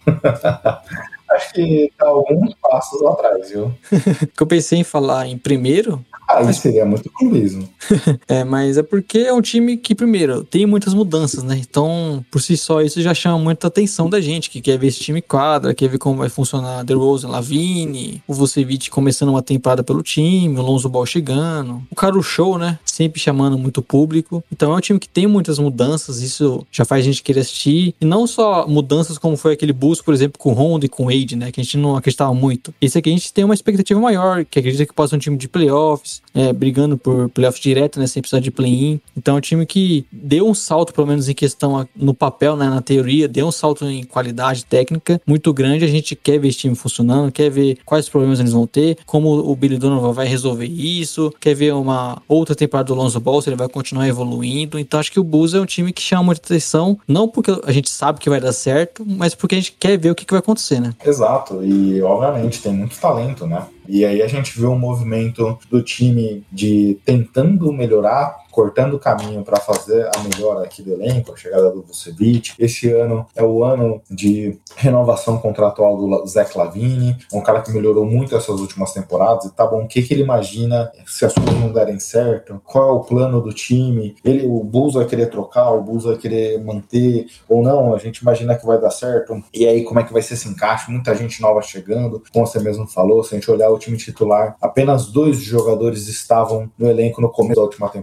Speaker 3: Acho que tá alguns passos atrás, viu?
Speaker 4: Que eu pensei em falar em primeiro.
Speaker 3: Aí mas... seria muito clubismo.
Speaker 4: É, mas é porque é um time que, primeiro, tem muitas mudanças, né? Então, por si só, isso já chama muita atenção da gente, que quer ver esse time quadra, quer ver como vai funcionar DeRozan, Lavine, o Vucevic começando uma temporada pelo time, o Lonzo Ball chegando, o Caruso Show, né? Sempre chamando muito público. Então, é um time que tem muitas mudanças, isso já faz a gente querer assistir. E não só mudanças como foi aquele Bulls, por exemplo, com o Rondo e com o Wade, né? Que a gente não acreditava muito. Esse aqui a gente tem uma expectativa maior, que acredita que pode ser um time de playoffs, É, brigando por playoffs direto, né, sem precisar de play-in. Então é um time que deu um salto, pelo menos em questão no papel, né, na teoria, deu um salto em qualidade técnica muito grande. A gente quer ver esse time funcionando, quer ver quais problemas eles vão ter, como o Billy Donovan vai resolver isso, quer ver uma outra temporada do Lonzo Ball, se ele vai continuar evoluindo. Então acho que o Bulls é um time que chama muita atenção, não porque a gente sabe que vai dar certo, mas porque a gente quer ver o que, que vai acontecer, né?
Speaker 3: Exato, e obviamente tem muito talento, né? E aí a gente vê um movimento do time de tentando melhorar, cortando o caminho para fazer a melhora aqui do elenco, a chegada do Vucevic. Esse ano é o ano de renovação contratual do Zach LaVine, um cara que melhorou muito essas últimas temporadas. E tá bom, o que, que ele imagina se as coisas não derem certo? Qual é o plano do time? Ele, o Bulls vai querer trocar, o Bulls vai querer manter ou não? A gente imagina que vai dar certo. E aí, como é que vai ser esse encaixe? Muita gente nova chegando, como você mesmo falou. Se a gente olhar o time titular, apenas dois jogadores estavam no elenco no começo da última temporada,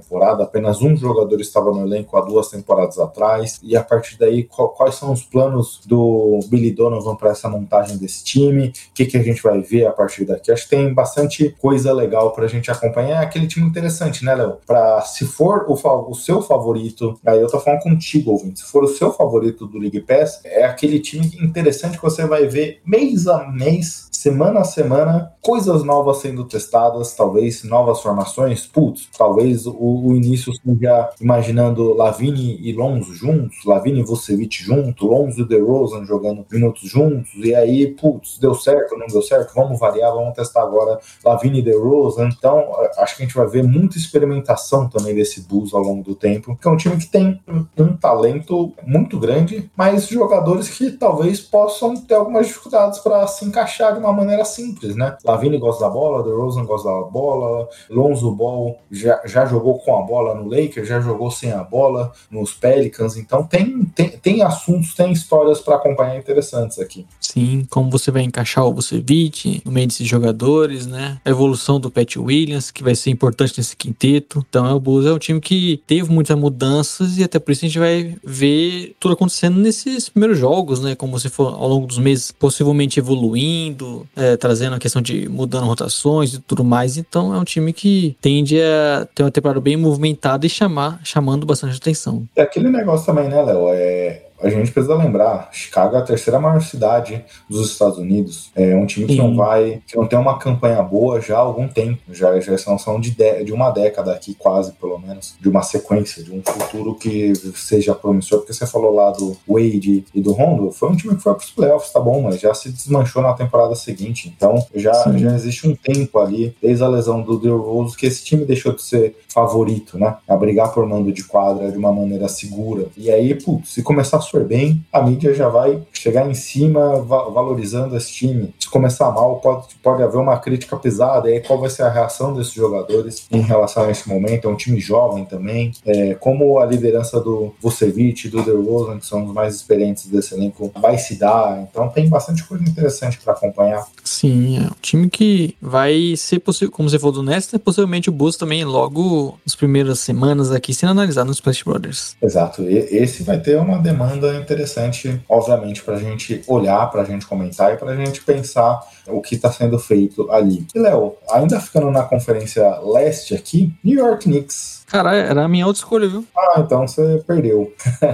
Speaker 3: apenas um jogador estava no elenco há duas temporadas atrás, e a partir daí qual, quais são os planos do Billy Donovan para essa montagem desse time, o que, que a gente vai ver a partir daqui. Acho que tem bastante coisa legal pra gente acompanhar. É aquele time interessante, né, Léo? Pra, se for o, o seu favorito, aí eu tô falando contigo, ouvinte, se for o seu favorito do League Pass, é aquele time interessante que você vai ver mês a mês, semana a semana, coisas novas sendo testadas, talvez novas formações. Putz, talvez o, o início seja imaginando Lavine e Lonzo juntos, Lavine e Vucevic junto, Lonzo e DeRozan jogando minutos juntos, e aí, putz, deu certo, não deu certo, vamos variar, vamos testar agora Lavine e DeRozan. Então, acho que a gente vai ver muita experimentação também desse Bulls ao longo do tempo, que é um time que tem um, um talento muito grande, mas jogadores que talvez possam ter algumas dificuldades para se encaixar de uma maneira simples, né? Lavine gosta da bola, DeRozan gosta da bola, Lonzo Ball já, já jogou com a bola no Lakers, já jogou sem a bola nos Pelicans, então tem, tem, tem assuntos, tem histórias para acompanhar interessantes aqui.
Speaker 4: Sim, como você vai encaixar o Vucevic no meio desses jogadores, né? A evolução do Pat Williams, que vai ser importante nesse quinteto. Então, é, o Bulls é um time que teve muitas mudanças e até por isso a gente vai ver tudo acontecendo nesses primeiros jogos, né? Como você for ao longo dos meses, possivelmente evoluindo, é, trazendo a questão de mudando rotações e tudo mais. Então, é um time que tende a ter uma temporada bem movimentada e chamar, chamando bastante atenção.
Speaker 3: É aquele negócio também, né, Léo? É... A gente precisa lembrar, Chicago é a terceira maior cidade dos Estados Unidos. É um time que Sim. não vai, que não tem uma campanha boa já há algum tempo. Já, já são de, de, de uma década aqui, quase, pelo menos, de uma sequência, de um futuro que seja promissor. Porque você falou lá do Wade e do Rondo, foi um time que foi para os playoffs, tá bom, mas já se desmanchou na temporada seguinte. Então, já, já existe um tempo ali, desde a lesão do DeRozan, que esse time deixou de ser favorito, né? A brigar por mando de quadra de uma maneira segura. E aí, putz, se começar a super bem, a mídia já vai chegar em cima va- valorizando esse time. Se começar mal, pode, pode haver uma crítica pesada. E aí, qual vai ser a reação desses jogadores em relação a esse momento? É um time jovem também. É, como a liderança do Vucevic e do DeRozan, que são os mais experientes desse elenco, vai se dar. Então tem bastante coisa interessante para acompanhar.
Speaker 4: Sim, é um time que vai ser possível, como você falou do Nesta, possivelmente o Bulls também logo nas primeiras semanas aqui sendo analisado nos Splash Brothers.
Speaker 3: Exato. E, esse vai ter uma demanda interessante, obviamente, para a gente olhar, para a gente comentar e para a gente pensar o que está sendo feito ali. E, Léo, ainda ficando na Conferência Leste aqui, New York Knicks.
Speaker 4: Caralho, era a minha outra escolha, viu?
Speaker 3: Ah, então você perdeu.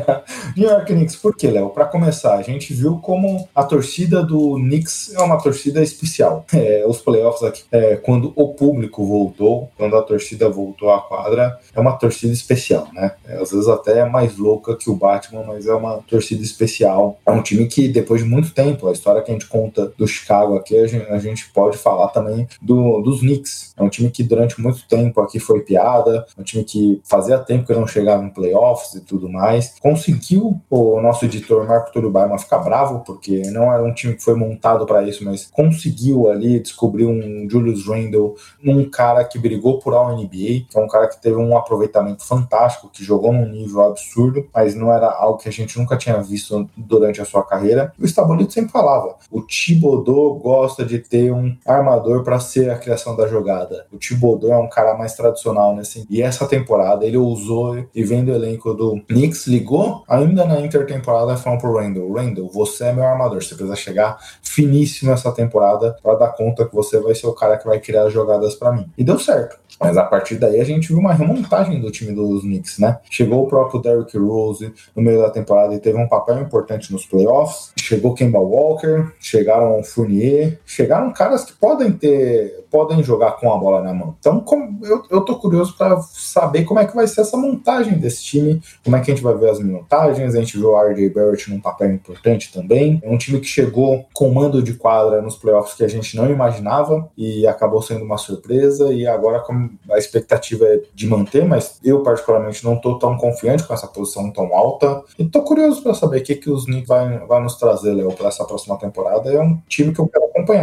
Speaker 3: New York Knicks, por quê, Léo? Para começar, a gente viu como a torcida do Knicks é uma torcida especial. É, os playoffs aqui, é, quando o público voltou, quando a torcida voltou à quadra, é uma torcida especial, né? É, às vezes até é mais louca que o Batman, mas é uma torcida especial. É um time que, depois de muito tempo, a história que a gente conta do Chicago aqui, a gente, a gente pode falar também do, dos Knicks. É um time que durante muito tempo aqui foi piada, é um time que fazia tempo que não chegava em playoffs e tudo mais. Conseguiu o nosso editor Marco Túlio Baiman ficar bravo, porque não era um time que foi montado para isso, mas conseguiu ali descobrir um Julius Randle, um cara que brigou por All N B A, que é um cara que teve um aproveitamento fantástico, que jogou num nível absurdo, mas não era algo que a gente nunca tinha visto durante a sua carreira. E o Estabolito sempre falava, o Thibodeau gosta de ter um armador para ser a criação da jogada. O Thibodeau é um cara mais tradicional nesse. E essa temporada ele ousou e vendo o elenco do Knicks, ligou ainda na intertemporada falando pro Randle, Randle, você é meu armador, você precisa chegar finíssimo essa temporada para dar conta que você vai ser o cara que vai criar jogadas para mim. E deu certo. Mas a partir daí a gente viu uma remontagem do time dos Knicks, né? Chegou o próprio Derrick Rose no meio da temporada e teve um papel importante nos playoffs. Chegou Kemba Walker, chegaram o Fournier, chegaram caras que podem ter, podem jogar com a bola na mão. Então como, eu, eu tô curioso para saber como é que vai ser essa montagem desse time, como é que a gente vai ver as minutagens. A gente viu o R J Barrett num papel importante também. É um time que chegou com mando de quadra nos playoffs que a gente não imaginava e acabou sendo uma surpresa, e agora como a expectativa é de manter, mas eu particularmente não tô tão confiante com essa posição tão alta, e tô curioso para saber o que, que os Knicks vai, vai nos trazer, Léo, para essa próxima temporada. É um time que eu quero acompanhar.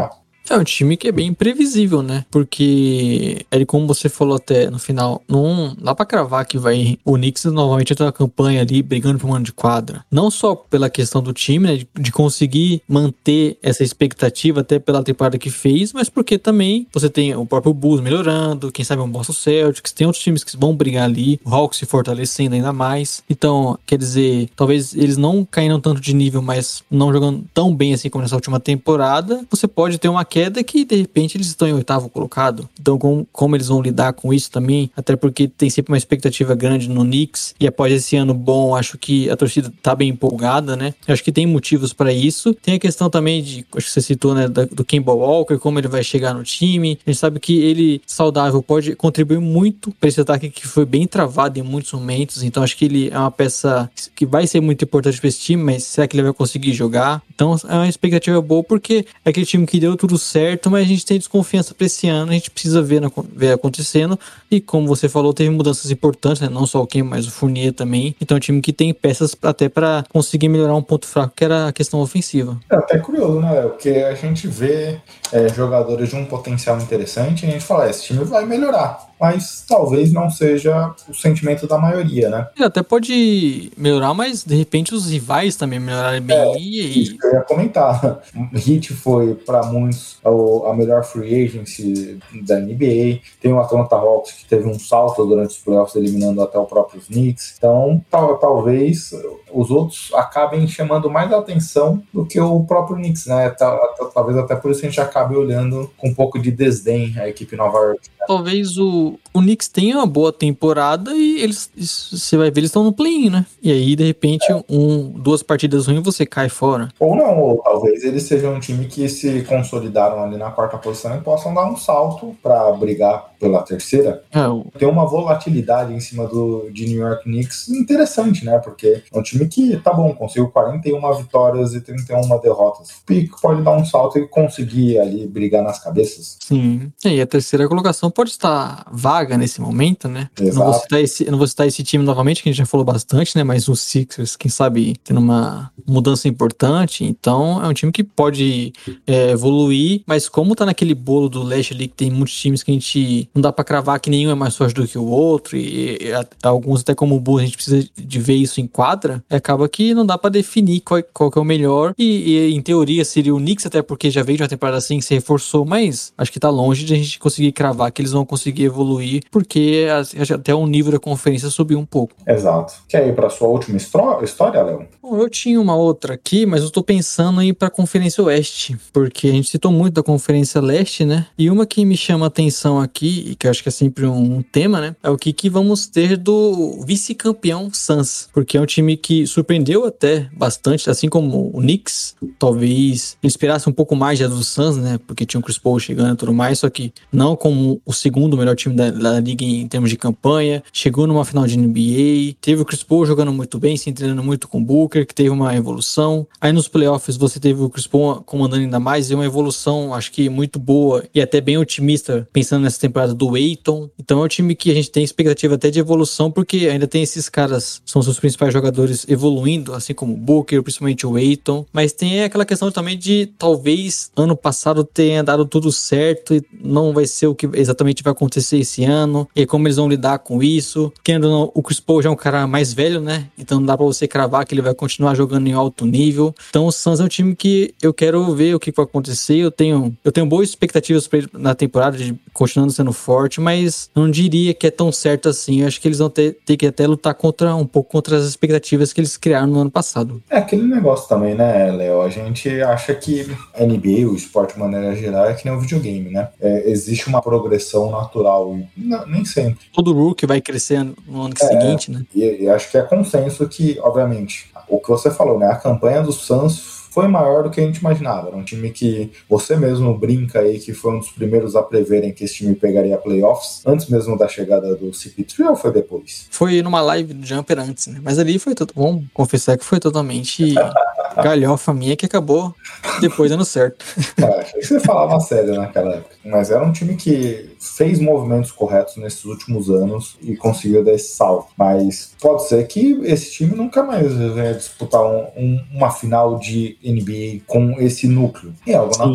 Speaker 4: É um time que é bem imprevisível, né? Porque, ele, como você falou até no final, não dá pra cravar que vai o Knicks novamente entrar na campanha ali, brigando por mano de quadra. Não só pela questão do time, né? De, de conseguir manter essa expectativa até pela temporada que fez, mas porque também você tem o próprio Bulls melhorando, quem sabe um Boston Celtics, tem outros times que vão brigar ali, o Hawks se fortalecendo ainda mais. Então, quer dizer, talvez eles não caíram tanto de nível, mas não jogando tão bem assim como nessa última temporada, você pode ter uma queda que de repente eles estão em oitavo colocado. Então, com, como eles vão lidar com isso também, até porque tem sempre uma expectativa grande no Knicks, e após esse ano bom, acho que a torcida tá bem empolgada, né? Eu acho que tem motivos para isso. Tem a questão também de, acho que você citou, né, da, do Kemba Walker, como ele vai chegar no time. A gente sabe que ele, saudável, pode contribuir muito para esse ataque que foi bem travado em muitos momentos. Então, acho que ele é uma peça que vai ser muito importante para esse time, mas será que ele vai conseguir jogar? Então, é uma expectativa boa, porque é aquele time que deu tudo certo, mas a gente tem desconfiança para esse ano, a gente precisa ver, na, ver acontecendo. E como você falou, teve mudanças importantes, né? Não só o Kemba, mas o Fournier também. Então, é um time que tem peças até para conseguir melhorar um ponto fraco, que era a questão ofensiva.
Speaker 3: É até curioso, né? Porque a gente vê é, jogadores de um potencial interessante e a gente fala, esse time vai melhorar. Mas talvez não seja o sentimento da maioria, né?
Speaker 4: Ele até pode melhorar, mas de repente os rivais também melhorarem bem.
Speaker 3: É,
Speaker 4: e...
Speaker 3: isso que eu ia comentar. Heat foi, para muitos, a melhor free agency da N B A. Tem o Atlanta Hawks, que teve um salto durante os playoffs, eliminando até o próprio Knicks. Então, tal, talvez os outros acabem chamando mais atenção do que o próprio Knicks, né? Talvez até por isso a gente acabe olhando com um pouco de desdém a equipe Nova York.
Speaker 4: Talvez o, o Knicks tenha uma boa temporada e eles, você vai ver, eles estão no play-in, né? E aí, de repente, é. um, duas partidas ruins você cai fora.
Speaker 3: Ou não, ou talvez eles sejam um time que se consolidaram ali na quarta posição e possam dar um salto para brigar pela terceira.
Speaker 4: É, o...
Speaker 3: Tem uma volatilidade em cima do, de New York Knicks interessante, né? Porque é um time que, tá bom, conseguiu quarenta e uma vitórias e trinta e uma derrotas. O Pico pode dar um salto e conseguir ali brigar nas cabeças.
Speaker 4: Sim. E a terceira colocação pode estar vaga nesse momento, né?
Speaker 3: Exato.
Speaker 4: Não vou citar esse, eu não vou citar esse time novamente, que a gente já falou bastante, né? Mas os Sixers, quem sabe, tendo uma mudança importante. Então, é um time que pode é, evoluir, mas como tá naquele bolo do leste ali, que tem muitos times que a gente não dá pra cravar que nenhum é mais forte do que o outro, e, e a, alguns até como o Bulls a gente precisa de ver isso em quadra, acaba que não dá pra definir qual, qual que é o melhor, e, e em teoria seria o Knicks, até porque já veio de uma temporada assim, que se reforçou, mas acho que tá longe de a gente conseguir cravar que eles vão conseguir evoluir, porque até o nível da conferência subiu um pouco.
Speaker 3: Exato. Quer ir pra sua última história, Léo?
Speaker 4: Bom, eu tinha uma outra aqui, mas eu tô pensando em ir pra Conferência Oeste, porque a gente citou muito da Conferência Leste, né? E uma que me chama a atenção aqui, e que eu acho que é sempre um tema, né? É o que, que vamos ter do vice-campeão Suns, porque é um time que surpreendeu até bastante, assim como o Knicks. Talvez ele esperasse um pouco mais já do Suns, né? Porque tinha o Chris Paul chegando e tudo mais, só que não como o segundo melhor time da, da liga em termos de campanha. Chegou numa final de N B A, teve o Chris Paul jogando muito bem, se entendendo muito com o Booker, que teve uma evolução. Aí nos playoffs você teve o Chris Paul comandando ainda mais, e uma evolução, acho que muito boa e até bem otimista, pensando nessa temporada do Ayton. Então é um time que a gente tem expectativa até de evolução, porque ainda tem esses caras, são seus principais jogadores evoluindo, assim como o Booker, principalmente o Ayton. Mas tem aquela questão também de talvez ano passado tenha dado tudo certo e não vai ser o que exatamente vai acontecer esse ano, e como eles vão lidar com isso. Querendo ou não, o Chris Paul já é um cara mais velho, né? Então não dá pra você cravar que ele vai continuar jogando em alto nível. Então o Suns é um time que eu quero ver o que vai acontecer. Eu tenho, eu tenho boas expectativas pra ele na temporada, de continuando sendo forte, mas não diria que é tão certo assim. Eu acho que eles vão ter, ter que até lutar contra, um pouco contra as expectativas que eles criaram no ano passado.
Speaker 3: É aquele negócio também, né, Léo? A gente acha que a N B A, o esporte de maneira geral, é que nem um videogame, né? É, existe uma progressão natural, e não, nem sempre.
Speaker 4: Todo rookie vai crescer no ano
Speaker 3: é,
Speaker 4: seguinte, né?
Speaker 3: E, e acho que é consenso que, obviamente, o que você falou, né? A campanha do Suns foi maior do que a gente imaginava. Era um time que você mesmo brinca aí que foi um dos primeiros a preverem que esse time pegaria playoffs, antes mesmo da chegada do C P três, ou foi depois?
Speaker 4: Foi numa live do Jumper antes, né? Mas ali foi todo, vamos confessar que foi totalmente galhofa minha, que acabou depois dando certo.
Speaker 3: Cara, achei que você falava sério naquela época. Mas era um time que fez movimentos corretos nesses últimos anos e conseguiu dar esse salto. Mas pode ser que esse time nunca mais venha disputar um, um, uma final de N B A com esse núcleo. É algo natural.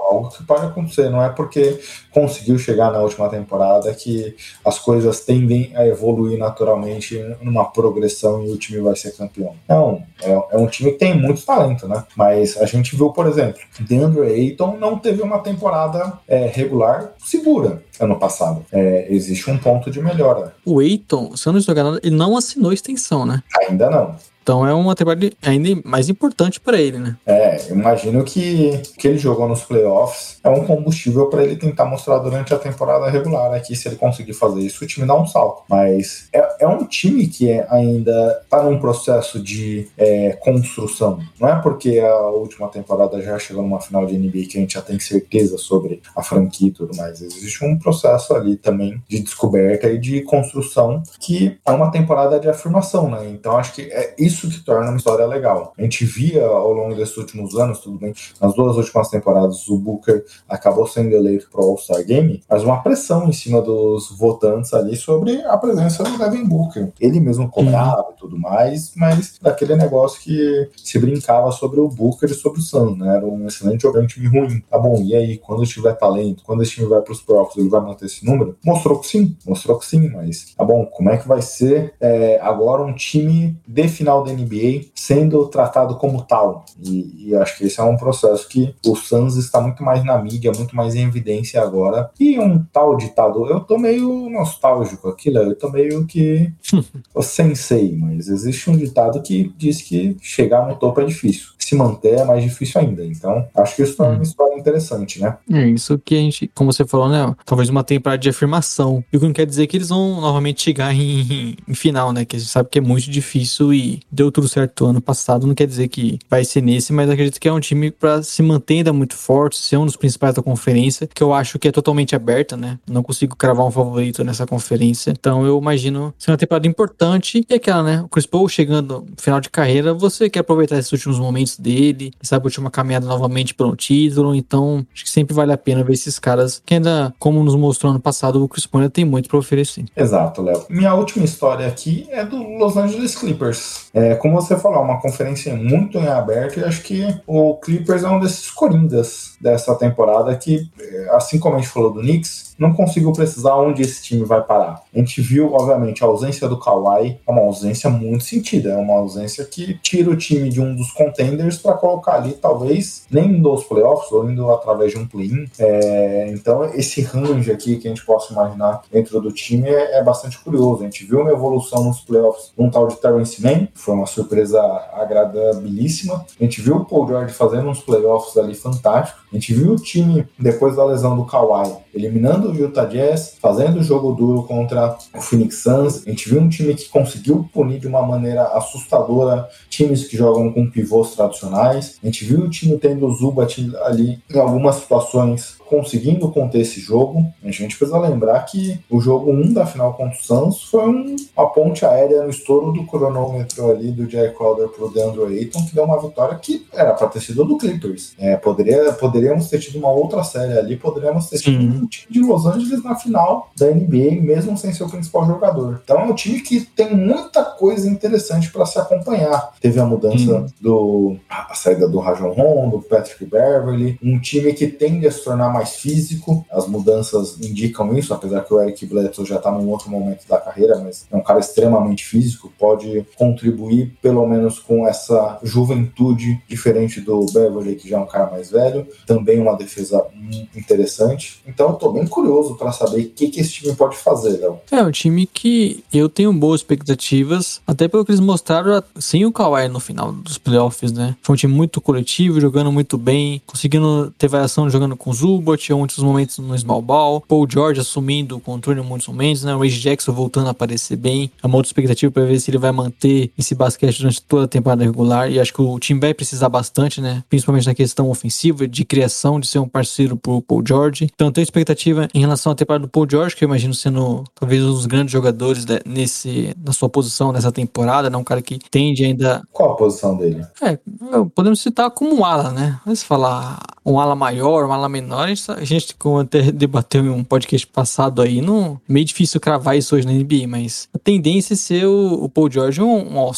Speaker 3: algo que pode acontecer, não é porque conseguiu chegar na última temporada que as coisas tendem a evoluir naturalmente numa progressão e o time vai ser campeão. Não, é, é um time que tem muito talento, né? Mas a gente viu, por exemplo, DeAndre Ayton não teve uma temporada é, regular segura ano passado. É, existe um ponto de melhora.
Speaker 4: O Ayton, se eu não estou enganado, ele não assinou extensão, né?
Speaker 3: Ainda não.
Speaker 4: Então é uma temporada ainda mais importante para ele, né?
Speaker 3: É, eu imagino que que ele jogou nos playoffs é um combustível para ele tentar mostrar durante a temporada regular aqui, se ele conseguir fazer isso, o time dá um salto. Mas é, é um time que é, ainda está num processo de é, construção. Não é porque a última temporada já chegou numa final de N B A que a gente já tem certeza sobre a franquia e tudo mais. Existe um processo ali também de descoberta e de construção que é uma temporada de afirmação, né? Então acho que é isso que torna uma história legal. A gente via ao longo desses últimos anos, tudo bem, nas duas últimas temporadas o Booker acabou sendo eleito para o All-Star Game, mas uma pressão em cima dos votantes ali sobre a presença do Devin Booker. Ele mesmo cobrava e tudo mais, mas daquele negócio que se brincava sobre o Booker e sobre o Suns, né? Era um excelente jogador, um time ruim. Tá bom, e aí, quando tiver talento, quando esse time vai para os playoffs, ele vai manter esse número? Mostrou que sim, mostrou que sim, mas tá bom, como é que vai ser é, agora um time de final da N B A sendo tratado como tal? E, e acho que esse é um processo que o Suns está muito mais na mídia, muito mais em evidência agora. E um tal ditado, eu tô meio nostálgico aqui, Léo, eu tô meio que o sensei, mas existe um ditado que diz que chegar no topo é difícil, se manter é mais difícil ainda. Então, acho que isso torna uma história interessante, né?
Speaker 4: É isso que a gente, como você falou, né? Talvez uma temporada de afirmação. E o que não quer dizer que eles vão novamente chegar em, em final, né? Que a gente sabe que é muito difícil e deu tudo certo ano passado. Não quer dizer que vai ser nesse, mas acredito que é um time pra se manter ainda muito forte, ser um dos principais da conferência, que eu acho que é totalmente aberta, né? Não consigo cravar um favorito nessa conferência. Então eu imagino ser uma temporada importante. E aquela, né? O Chris Paul chegando no final de carreira, você quer aproveitar esses últimos momentos dele, sabe, a última caminhada novamente para um título, então acho que sempre vale a pena ver esses caras que ainda, como nos mostrou ano passado, o Chris Paul ainda tem muito para oferecer.
Speaker 3: Exato, Léo. Minha última história aqui é do Los Angeles Clippers. É, como você falou, é uma conferência muito em aberto e acho que o Clippers é um desses coringas dessa temporada que, assim como a gente falou do Knicks, não conseguiu precisar onde esse time vai parar. A gente viu, obviamente, a ausência do Kawhi é uma ausência muito sentida, é uma ausência que tira o time de um dos contenders para colocar ali, talvez, nem dos playoffs, ou indo através de um play-in. É, então, esse range aqui que a gente possa imaginar dentro do time é, é bastante curioso. A gente viu uma evolução nos playoffs de um tal de Terrence Mann, que foi uma surpresa agradabilíssima. A gente viu o Paul George fazendo uns playoffs ali fantásticos. A gente viu o time, depois da lesão do Kawhi, eliminando o Utah Jazz, fazendo o jogo duro contra o Phoenix Suns. A gente viu um time que conseguiu punir de uma maneira assustadora times que jogam com pivôs tradicionais. A gente viu o time tendo o Zubat ali em algumas situações conseguindo conter esse jogo. A gente precisa lembrar que o jogo um da final contra o Suns foi um, uma ponte aérea no estouro do cronômetro ali do Jay Crowder pro DeAndre Ayton, que deu uma vitória que era para ter sido do Clippers. É, poderia, poderíamos ter tido uma outra série ali, poderíamos ter tido um time de Los Angeles na final da N B A, mesmo sem ser o principal jogador. Então é um time que tem muita coisa interessante para se acompanhar. Teve a mudança hum. do a saída do Rajon Rondo, do Patrick Beverley, um time que tende a se tornar mais mais físico, as mudanças indicam isso, apesar que o Eric Bledsoe já está num outro momento da carreira, mas é um cara extremamente físico, pode contribuir pelo menos com essa juventude diferente do Beverley, que já é um cara mais velho, também uma defesa interessante. Então eu tô bem curioso para saber o que, que esse time pode fazer, Léo.
Speaker 4: É um time que eu tenho boas expectativas, até pelo que eles mostraram sem o Kawhi no final dos playoffs, né? Foi um time muito coletivo, jogando muito bem, conseguindo ter variação jogando com o Zubat, tinha muitos momentos no small ball, Paul George assumindo o controle em muitos momentos, né? O Reggie Jackson voltando a aparecer bem. É uma outra expectativa para ver se ele vai manter esse basquete durante toda a temporada regular, e acho que o time vai precisar bastante, né? Principalmente na questão ofensiva, de criação, de ser um parceiro pro Paul George. Então eu tenho expectativa em relação à temporada do Paul George, que eu imagino sendo talvez um dos grandes jogadores de, nesse, na sua posição nessa temporada, né? Um cara que tende ainda...
Speaker 3: Qual a posição dele?
Speaker 4: É, podemos citar como um ala, né? Mas falar um ala maior, um ala menor, a gente a gente, como até debateu em um podcast passado aí, não, meio difícil cravar isso hoje na N B A, mas a tendência é ser o, o Paul George um, um,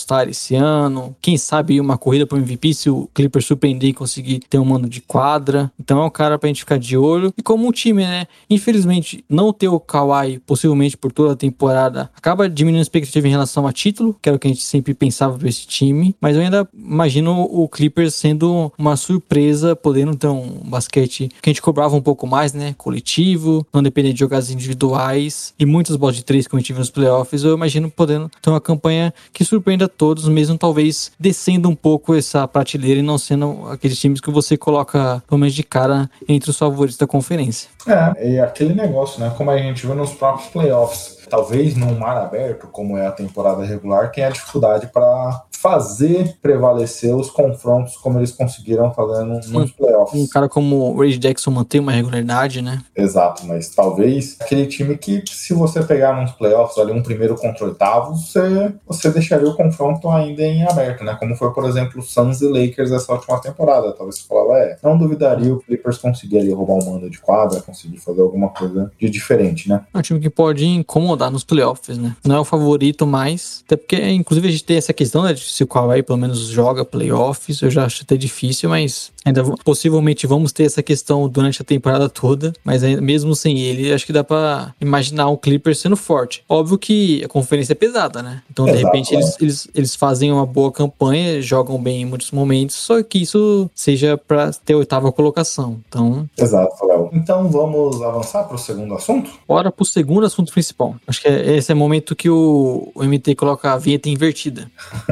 Speaker 4: All-Star esse ano. Quem sabe uma corrida pro M V P se o Clippers surpreender e conseguir ter um mando de quadra. Então é um cara pra gente ficar de olho. E como um time, né? Infelizmente, não ter o Kawhi, possivelmente por toda a temporada, acaba diminuindo a expectativa em relação a título, que era o que a gente sempre pensava pra esse time. Mas eu ainda imagino o Clippers sendo uma surpresa, podendo ter um basquete que a gente cobrava um pouco mais, né? Coletivo, não depender de jogadas individuais e muitas bolas de três, como a gente viu nos playoffs. Eu imagino podendo ter uma campanha que surpreenda a todos, mesmo talvez descendo um pouco essa prateleira e não sendo aqueles times que você coloca, pelo menos de cara, entre os favoritos da conferência.
Speaker 3: É, e aquele negócio, né? Como a gente viu nos próprios playoffs, talvez num mar aberto, como é a temporada regular, tenha dificuldade para fazer prevalecer os confrontos como eles conseguiram fazer nos
Speaker 4: um,
Speaker 3: playoffs.
Speaker 4: Um cara como o Reggie Jackson mantém uma regularidade, né?
Speaker 3: Exato, mas talvez aquele time que, se você pegar nos playoffs ali um primeiro contra oitavo, você, você deixaria o confronto ainda em aberto, né? Como foi, por exemplo, o Suns e Lakers essa última temporada. Talvez você falava, é, não duvidaria o Clippers conseguir ali roubar um mando de quadra, conseguir fazer alguma coisa de diferente, né?
Speaker 4: É um time que pode incomodar nos playoffs, né? Não é o favorito mais, até porque, inclusive, a gente tem essa questão, né, de se o Kawhi pelo menos joga playoffs, eu já acho até difícil, mas ainda possivelmente vamos ter essa questão durante a temporada toda, mas ainda, mesmo sem ele, acho que dá pra imaginar o Clippers sendo forte. Óbvio que a conferência é pesada, né? Então, de
Speaker 3: Exato,
Speaker 4: repente,
Speaker 3: é.
Speaker 4: eles, eles, eles fazem uma boa campanha, jogam bem em muitos momentos, só que isso seja pra ter a oitava colocação. Então...
Speaker 3: Exato, Léo. Então, vamos avançar para o segundo assunto?
Speaker 4: Bora pro segundo assunto principal. Acho que é, esse é o momento que o, o M T coloca a vinheta invertida.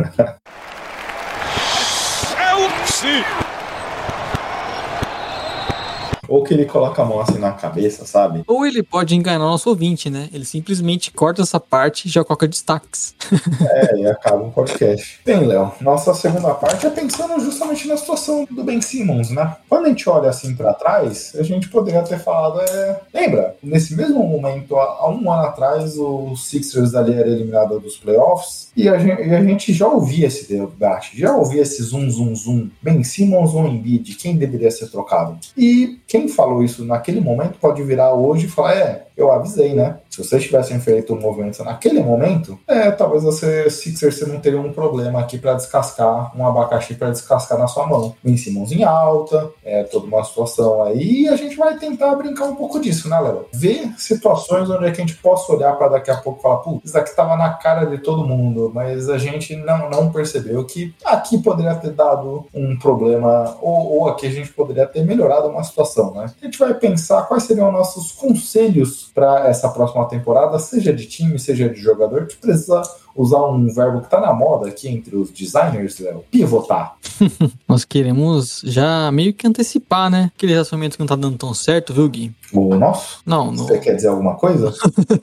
Speaker 3: Ou que ele coloca a mão assim na cabeça, sabe?
Speaker 4: Ou ele pode enganar o nosso ouvinte, né? Ele simplesmente corta essa parte e já coloca destaques.
Speaker 3: É, e acaba o podcast. Bem, Léo, nossa segunda parte é pensando justamente na situação do Ben Simmons, né? Quando a gente olha assim pra trás, a gente poderia ter falado, é... lembra? Nesse mesmo momento, há um ano atrás, o Sixers ali era eliminado dos playoffs, e a gente, e a gente já ouvia esse debate, já ouvia esse zoom, zoom, zoom, Ben Simmons ou Embiid, quem deveria ser trocado? E quem falou isso naquele momento pode virar hoje e falar, é, eu avisei, né? Se vocês tivessem feito um movimento naquele momento, é, talvez você, Sixers, você não teria um problema aqui para descascar, um abacaxi para descascar na sua mão. Ben Simmons em alta, é toda uma situação aí, e a gente vai tentar brincar um pouco disso, né, Léo? Ver situações onde é que a gente possa olhar para daqui a pouco e falar, putz, isso aqui tava na cara de todo mundo, mas a gente não, não percebeu que aqui poderia ter dado um problema, ou, ou aqui a gente poderia ter melhorado uma situação, né? A gente vai pensar quais seriam nossos conselhos para essa próxima temporada, seja de time, seja de jogador, que precisa usar um verbo que tá na moda aqui entre os designers, Léo, pivotar.
Speaker 4: Nós queremos já meio que antecipar, né? Aquele relacionamento que não tá dando tão certo, viu, Gui?
Speaker 3: O nosso?
Speaker 4: Não, não.
Speaker 3: Você quer dizer alguma coisa?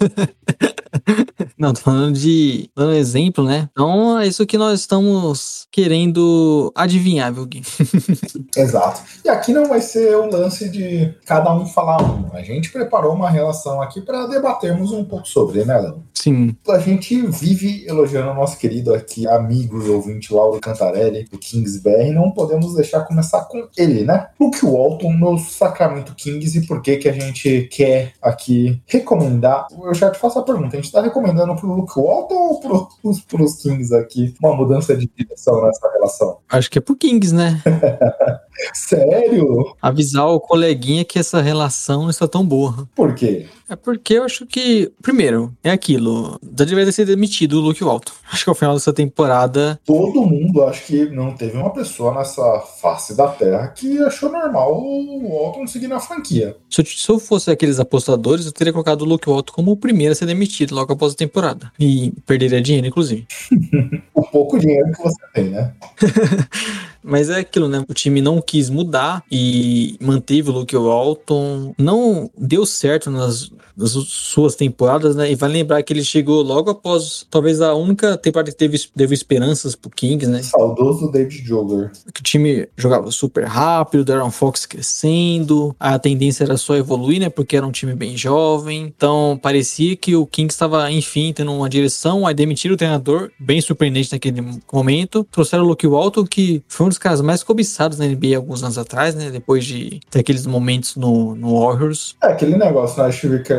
Speaker 4: Não, tô falando de... dando exemplo, né? Então, é isso que nós estamos querendo adivinhar, viu, Gui?
Speaker 3: Exato. E aqui não vai ser o lance de cada um falar um. A gente preparou uma relação aqui para debatermos um pouco sobre, né, Léo?
Speaker 4: Sim.
Speaker 3: A gente vive elogiando o nosso querido aqui, amigo e ouvinte Lauro Cantarelli, do Kings B R, e não podemos deixar começar com ele, né? Luke Walton no Sacramento Kings, e por que que a gente quer aqui recomendar? Eu já te faço a pergunta, a gente tá recomendando pro Luke Walton ou pros, pros Kings aqui uma mudança de direção nessa relação?
Speaker 4: Acho que é pro Kings, né?
Speaker 3: Sério?
Speaker 4: Avisar o coleguinha que essa relação não está tão boa.
Speaker 3: Por quê?
Speaker 4: É porque eu acho que, primeiro, é aquilo, já deveria ser demitido o Luke Walton. Acho que ao final dessa temporada...
Speaker 3: Todo mundo, acho que não teve uma pessoa nessa face da terra que achou normal o Walton seguir na franquia.
Speaker 4: Se eu, se eu fosse aqueles apostadores, eu teria colocado o Luke Walton como o primeiro a ser demitido logo após a temporada. E perderia dinheiro, inclusive.
Speaker 3: O pouco dinheiro que você tem, né?
Speaker 4: Mas é aquilo, né? O time não quis mudar e manteve o Luke Walton. Não deu certo nas, nas suas temporadas, né? E vai lembrar que ele chegou logo após, talvez, a única temporada que teve, teve esperanças pro Kings, né?
Speaker 3: Saudoso David Joger.
Speaker 4: Que o time jogava super rápido, o De'Aaron Fox crescendo, a tendência era só evoluir, né? Porque era um time bem jovem. Então, parecia que o Kings estava, enfim, tendo uma direção. Aí demitiram o treinador, bem surpreendente naquele momento. Trouxeram o Luke Walton, que foi um dos caras mais cobiçados na N B A alguns anos atrás, né? Depois de ter aqueles momentos no, no Warriors.
Speaker 3: É aquele negócio, né? Steve Kerr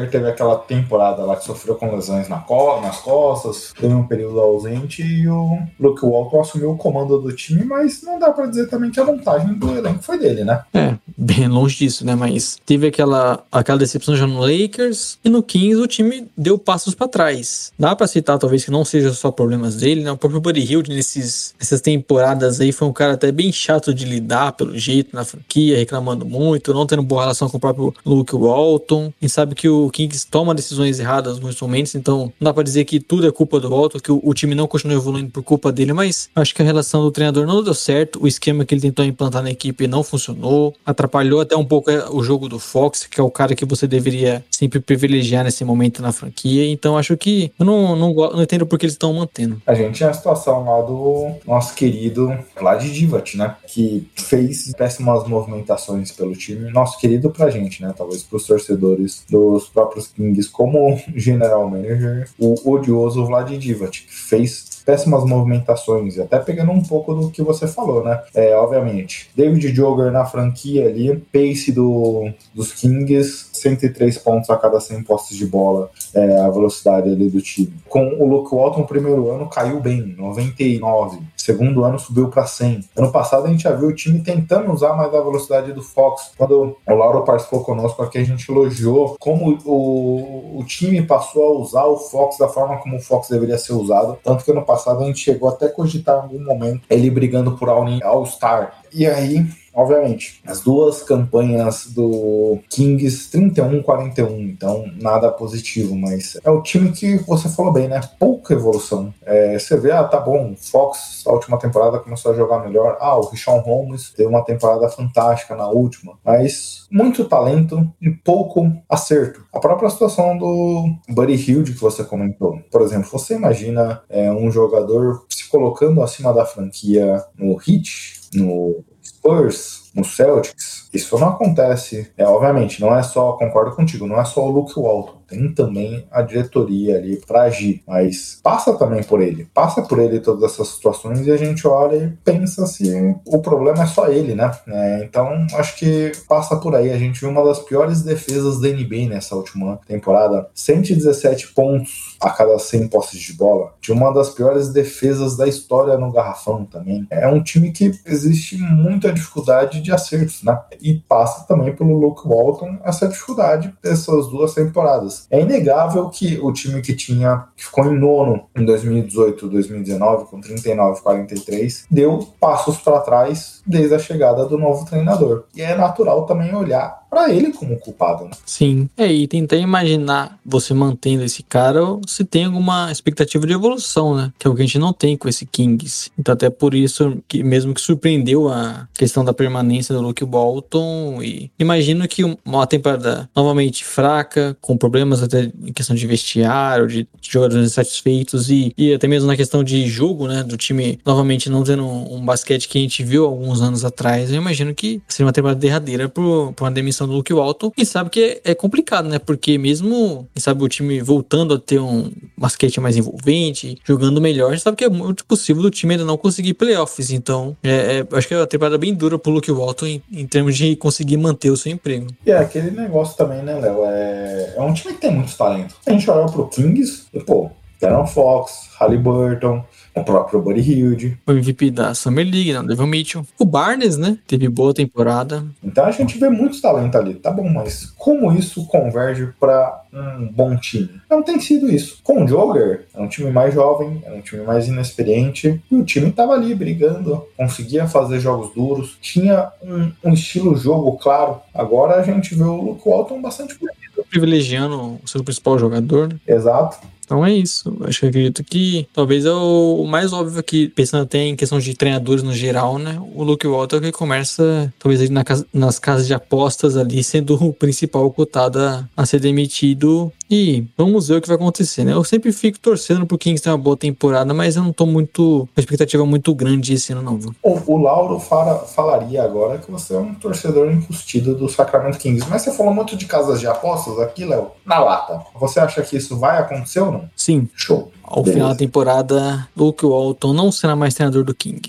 Speaker 3: Joker teve aquela temporada lá que sofreu com lesões na co- nas costas, teve um período ausente e o Luke Walton assumiu o comando do time, mas não dá pra dizer também que a montagem do elenco foi dele, né?
Speaker 4: É, bem longe disso, né? Mas teve aquela, aquela decepção já no Lakers e no Kings o time deu passos pra trás. Dá pra citar, talvez, que não seja só problemas dele, né? O próprio Buddy Hield nesses, nessas temporadas aí foi um cara até bem chato de lidar, pelo jeito, na franquia, reclamando muito, não tendo boa relação com o próprio Luke Walton. A gente sabe que o Kings toma decisões erradas em muitos momentos, então não dá pra dizer que tudo é culpa do Walton, que o, o time não continua evoluindo por culpa dele, mas acho que a relação do treinador não deu certo, o esquema que ele tentou implantar na equipe não funcionou, atrapalhou até um pouco o jogo do Fox, que é o cara que você deveria sempre privilegiar nesse momento na franquia, então acho que eu não, não, não entendo por que eles estão mantendo.
Speaker 3: A gente tinha a situação lá do nosso querido Vlad Divac, né? Que fez péssimas movimentações pelo time. Nosso querido pra gente, né? Talvez pros torcedores dos próprios Kings, como general manager, o odioso Vlad Divac, que fez péssimas movimentações, até pegando um pouco do que você falou, né? É, obviamente, David Joker na franquia ali, pace do, dos Kings, cento e três pontos a cada cem postes de bola, é, a velocidade ali do time. Com o Luke Walton, no primeiro ano, caiu bem, noventa e nove. Segundo ano, subiu para cem. Ano passado, a gente já viu o time tentando usar mais a velocidade do Fox. Quando o Lauro participou conosco aqui, a gente elogiou como o, o time passou a usar o Fox da forma como o Fox deveria ser usado. Tanto que ano passado, a gente chegou até a cogitar em algum momento ele brigando por All-Star. E aí, obviamente, as duas campanhas do Kings, trinta e um a quarenta e um, então nada positivo, mas é o time que você falou bem, né? Pouca evolução. É, você vê, ah, tá bom, o Fox, a última temporada começou a jogar melhor. Ah, o Richaun Holmes teve uma temporada fantástica na última, mas muito talento e pouco acerto. A própria situação do Buddy Hield que você comentou. Por exemplo, você imagina é, um jogador se colocando acima da franquia no Heat, no Spurs, no Celtics? Isso não acontece. É, obviamente, não é só, concordo contigo, não é só o Luke Walton. Tem também a diretoria ali para agir, mas passa também por ele, passa por ele todas essas situações e a gente olha e pensa se o problema é só ele, né? É, então, acho que passa por aí. A gente viu uma das piores defesas da N B A nessa última temporada, cento e dezessete pontos a cada cem posses de bola, de uma das piores defesas da história no garrafão também. É um time que existe muita dificuldade de acertos, né? E passa também pelo Luke Walton essa dificuldade dessas duas temporadas. É inegável que o time que tinha, que ficou em nono em dois mil e dezoito, dois mil e dezenove, com trinta e nove a quarenta e três, deu passos para trás desde a chegada do novo treinador. E é natural também olhar para ele como culpado, né?
Speaker 4: Sim. É, e tentar imaginar você mantendo esse cara se tem alguma expectativa de evolução, né? Que é o que a gente não tem com esse Kings. Então até por isso que mesmo que surpreendeu a questão da permanência do Luke Walton, e imagino que uma temporada novamente fraca, com problemas até em questão de vestiário, de, de jogadores insatisfeitos e, e até mesmo na questão de jogo, né? Do time novamente não tendo um, um basquete que a gente viu alguns anos atrás. Eu imagino que seria uma temporada derradeira por, por uma demissão do Luke Walton. E sabe que é, é complicado, né? Porque mesmo, quem sabe, o time voltando a ter um basquete mais envolvente, jogando melhor, a gente sabe que é muito possível do time ainda não conseguir playoffs. Então, é, é, acho que é uma temporada bem dura pro Luke Walton em, em termos de conseguir manter o seu emprego.
Speaker 3: E é aquele negócio também, né, Léo? É, é um time que tem muito talento. A gente olha pro Kings e, pô, De'Aaron Fox, Haliburton, o próprio Buddy Hield.
Speaker 4: O M V P da Summer League, não, Devon Mitchell. O Barnes, né? Teve boa temporada.
Speaker 3: Então a gente vê muito talento ali, tá bom, mas como isso converge para um bom time? Não tem sido isso. Com o Joker, é um time mais jovem, é um time mais inexperiente, e o time tava ali brigando, conseguia fazer jogos duros, tinha um, um estilo jogo claro. Agora a gente vê o Luke Walton bastante perdido.
Speaker 4: Privilegiando o seu principal jogador, né?
Speaker 3: Exato.
Speaker 4: Então é isso. Acho que eu acredito que talvez é o mais óbvio aqui, pensando até em questão de treinadores no geral, né? O Luke Walton que começa, talvez ali na casa, nas casas de apostas ali, sendo o principal cotado a, a ser demitido. E vamos ver o que vai acontecer, né? Eu sempre fico torcendo pro Kings ter uma boa temporada, mas eu não tô muito, com expectativa muito grande esse ano, não. Viu?
Speaker 3: O, o Lauro fala, falaria agora que você é um torcedor enrustido do Sacramento Kings, mas você falou muito de casas de apostas aqui, Léo, na lata. Você acha que isso vai acontecer ou não?
Speaker 4: Sim.
Speaker 3: Show.
Speaker 4: Ao
Speaker 3: Beleza.
Speaker 4: final da temporada, Luke Walton não será mais treinador do Kings.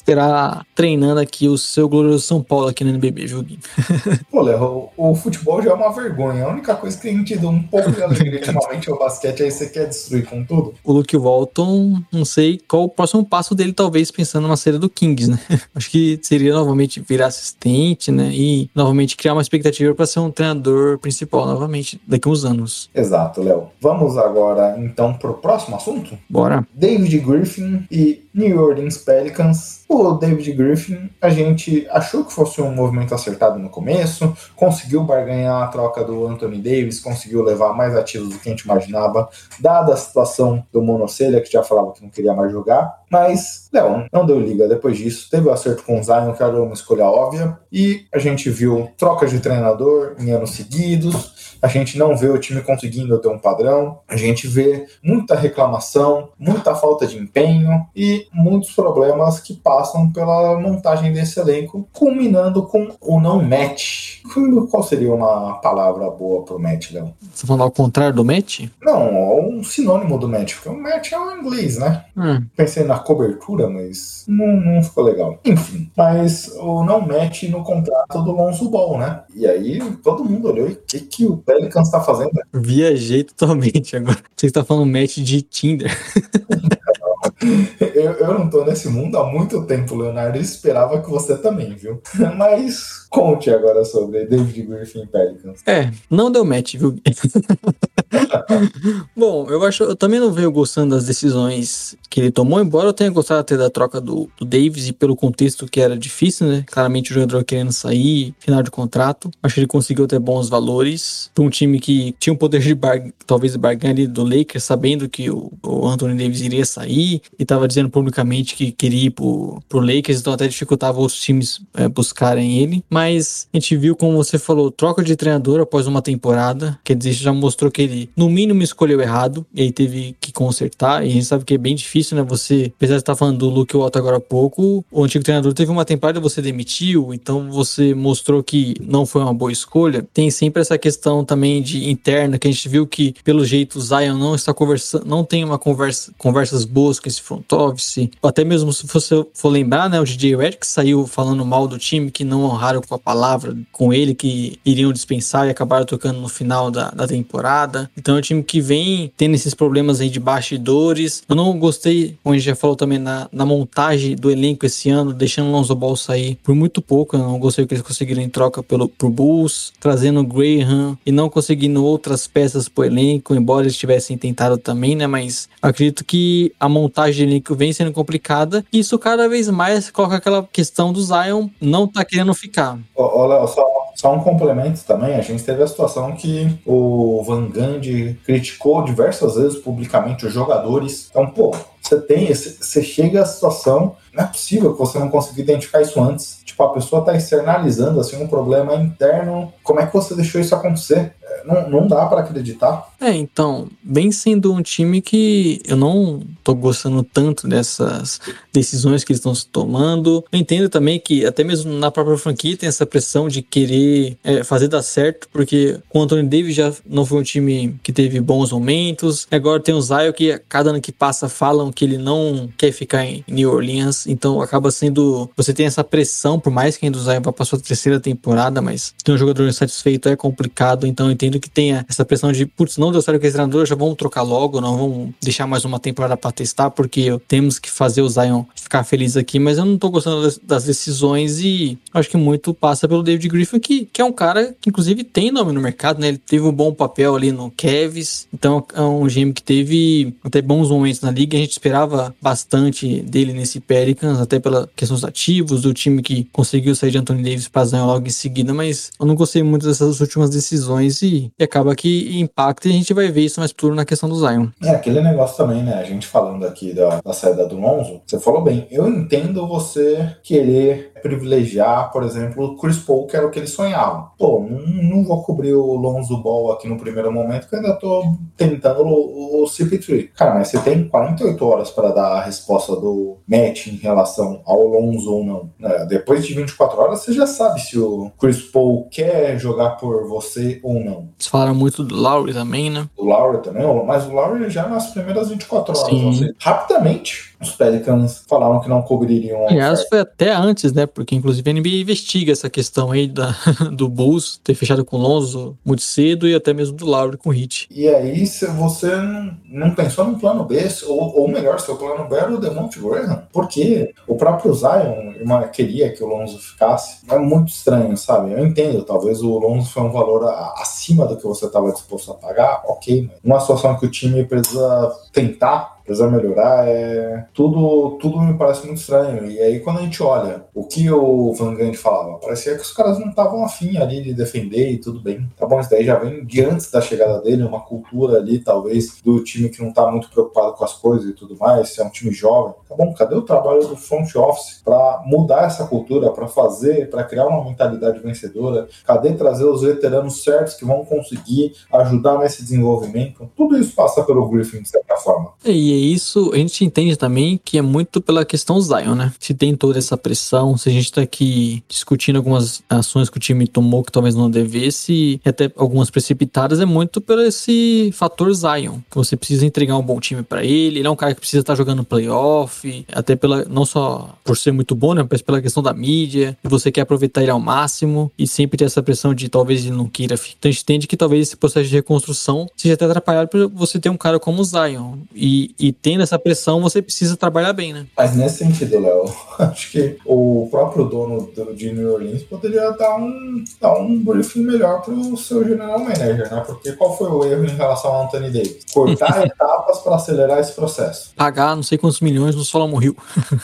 Speaker 4: esperar treinando aqui o seu glorioso São Paulo aqui no N B B, viu, Gui?
Speaker 3: Pô, Léo, o, o futebol já é uma vergonha. A única coisa que tem tido um pouco de alegria ultimamente é o basquete, aí você quer destruir com tudo.
Speaker 4: O Luke Walton, não sei qual o próximo passo dele, talvez pensando numa série do Kings, né? Acho que seria novamente virar assistente, né? E novamente criar uma expectativa para ser um treinador principal novamente daqui a uns anos.
Speaker 3: Exato, Léo. Vamos agora então pro próximo assunto?
Speaker 4: Bora.
Speaker 3: David Griffin e New Orleans Pelicans. O David Griffin, a gente achou que fosse um movimento acertado no começo, conseguiu barganhar a troca do Anthony Davis, conseguiu levar mais ativos do que a gente imaginava, dada a situação do Monocelha, que já falava que não queria mais jogar. Mas, Léo, não deu liga depois disso. Teve o acerto com o Zion, que era uma escolha óbvia, e a gente viu troca de treinador em anos seguidos. A gente não vê o time conseguindo ter um padrão, a gente vê muita reclamação, muita falta de empenho e muitos problemas que passam pela montagem desse elenco, culminando com o não match. Qual seria uma palavra boa pro match, Léo?
Speaker 4: Você falando ao contrário do match?
Speaker 3: Não, um sinônimo do match, porque o match é o inglês, né? Hum. Pensei na cobertura, mas não, não ficou legal. Enfim, mas o não match no contrato do Lonzo Ball, né? E aí todo mundo olhou e o que, que o Pelicans tá fazendo?
Speaker 4: Viajei totalmente agora. Você tá falando match de Tinder.
Speaker 3: eu, eu não tô nesse mundo há muito tempo, Leonardo, e esperava que você também, viu? Mas conte agora sobre David Griffin e Pelicans.
Speaker 4: É, não deu match, viu? Bom, eu acho, eu também não venho gostando das decisões que ele tomou, embora eu tenha gostado até da troca do, do Davis e pelo contexto que era difícil, né? Claramente o jogador querendo sair, final de contrato. Acho que ele conseguiu ter bons valores para um time que tinha um poder de bar, talvez barganha ali do Lakers, sabendo que o, o Anthony Davis iria sair e estava dizendo publicamente que queria ir pro, pro Lakers, então até dificultava os times é, buscarem ele. Mas a gente viu, como você falou, troca de treinador após uma temporada, quer dizer, já mostrou que ele no mínimo escolheu errado, e aí teve que consertar, e a gente sabe que é bem difícil, né, você, apesar de estar falando do Luke Walton agora há pouco, o antigo treinador teve uma temporada e você demitiu, então você mostrou que não foi uma boa escolha. Tem sempre essa questão também de interna, que a gente viu que, pelo jeito, o Zion não está conversando, não tem uma conversa, conversas boas com esse front office, até mesmo se você for lembrar, né, o D J Redick saiu falando mal do time, que não honraram com a palavra com ele, que iriam dispensar e acabaram tocando no final da, da temporada. Então é um time que vem tendo esses problemas aí de bastidores. Eu não gostei, como a gente já falou também, na, na montagem do elenco esse ano, deixando o Lonzo Ball sair por muito pouco. Eu não gostei que eles conseguiram em troca pelo, pro Bulls, trazendo o Graham e não conseguindo outras peças pro elenco, embora eles tivessem tentado também, né? Mas acredito que a montagem do elenco vem sendo complicada e isso cada vez mais coloca aquela questão do Zion não tá querendo ficar.
Speaker 3: Olha, só, só um complemento também, a gente teve a situação que o Van Gundy criticou diversas vezes publicamente os jogadores. Então, pô, você tem esse, você chega à situação, não é possível que você não consiga identificar isso antes. Tipo, a pessoa tá externalizando assim um problema interno. Como é que você deixou isso acontecer? Não, não dá pra acreditar.
Speaker 4: É, então, bem sendo um time que eu não tô gostando tanto dessas decisões que eles estão tomando. Eu entendo também que até mesmo na própria franquia tem essa pressão de querer é, fazer dar certo, porque com o Anthony Davis já não foi um time que teve bons momentos. Agora tem o Zion que cada ano que passa falam que ele não quer ficar em New Orleans, então acaba sendo... Você tem essa pressão, por mais que ainda o Zion vá para sua terceira temporada, mas ter um jogador insatisfeito é complicado, então eu entendo que tenha essa pressão de, putz, não deu certo com esse treinador, já vamos trocar logo, não vamos deixar mais uma temporada para testar, porque temos que fazer o Zion ficar feliz aqui, mas eu não tô gostando das, das decisões e acho que muito passa pelo David Griffin, que, que é um cara que inclusive tem nome no mercado, né? Ele teve um bom papel ali no Cavs, então é um G M que teve até bons momentos na liga, a gente esperava bastante dele nesse Pelicans, até pela questão dos ativos, do time que conseguiu sair de Anthony Davis para Zion logo em seguida, mas eu não gostei muito dessas últimas decisões e, e acaba que impacta e a gente vai ver isso mais futuro na questão do Zion.
Speaker 3: É, aquele negócio também, né? A gente falando aqui da, da saída do Lonzo, você falou bem, eu entendo você querer privilegiar, por exemplo, o Chris Paul, que era o que ele sonhava. Pô, não, não vou cobrir o Lonzo Ball aqui no primeiro momento, porque eu ainda tô tentando o, o C P três. Cara, mas você tem quarenta e oito horas para dar a resposta do match em relação ao Lonzo ou não. É, depois de vinte e quatro horas, você já sabe se o Chris Paul quer jogar por você ou não.
Speaker 4: Você falaram muito do Lowry também, né?
Speaker 3: O Lowry também, mas o Lowry já nas primeiras vinte e quatro horas.
Speaker 4: Sim.
Speaker 3: Ou seja, rapidamente, os Pelicans falaram que não cobririam a
Speaker 4: Aliás,
Speaker 3: oferta.
Speaker 4: foi até antes, né? Porque inclusive a N B A investiga essa questão aí da, do Bulls ter fechado com o Lonzo muito cedo e até mesmo do Lowry com o Heat.
Speaker 3: E aí, se você não, não pensou no plano B, ou, ou melhor, seu plano B era o Devonte Graham, porque o próprio Zion uma, queria que o Lonzo ficasse. É muito estranho, sabe? Eu entendo, talvez o Lonzo foi um valor a, acima do que você estava disposto a pagar, ok, mas numa situação que o time precisa tentar, precisa melhorar, é... tudo, tudo me parece muito estranho. E aí quando a gente olha o que o Van Gundy falava, parecia que os caras não estavam afim ali de defender e tudo bem. Tá bom, isso daí já vem de antes da chegada dele, uma cultura ali, talvez, do time que não tá muito preocupado com as coisas e tudo mais, se é um time jovem. Tá bom, cadê o trabalho do front office para mudar essa cultura, para fazer, para criar uma mentalidade vencedora? Cadê trazer os veteranos certos que vão conseguir ajudar nesse desenvolvimento? Tudo isso passa pelo Griffin, de certa forma.
Speaker 4: E é isso, a gente entende também que é muito pela questão Zion, né? Se tem toda essa pressão, se a gente tá aqui discutindo algumas ações que o time tomou que talvez não devesse, e até algumas precipitadas, é muito pelo esse fator Zion, que você precisa entregar um bom time pra ele, ele é um cara que precisa estar jogando playoff, até pela, não só por ser muito bom, né? Mas pela questão da mídia, e você quer aproveitar ele ao máximo, e sempre ter essa pressão de talvez ele não queira. Então a gente entende que talvez esse processo de reconstrução seja até atrapalhado por você ter um cara como o Zion, e E tendo essa pressão, você precisa trabalhar bem, né?
Speaker 3: Mas nesse sentido, Léo, acho que o próprio dono do, de New Orleans poderia dar um, dar um briefing melhor pro seu general manager, né? Porque qual foi o erro em relação ao Anthony Davis? Cortar etapas para acelerar esse processo.
Speaker 4: Pagar não sei quantos milhões no Solomon Hill.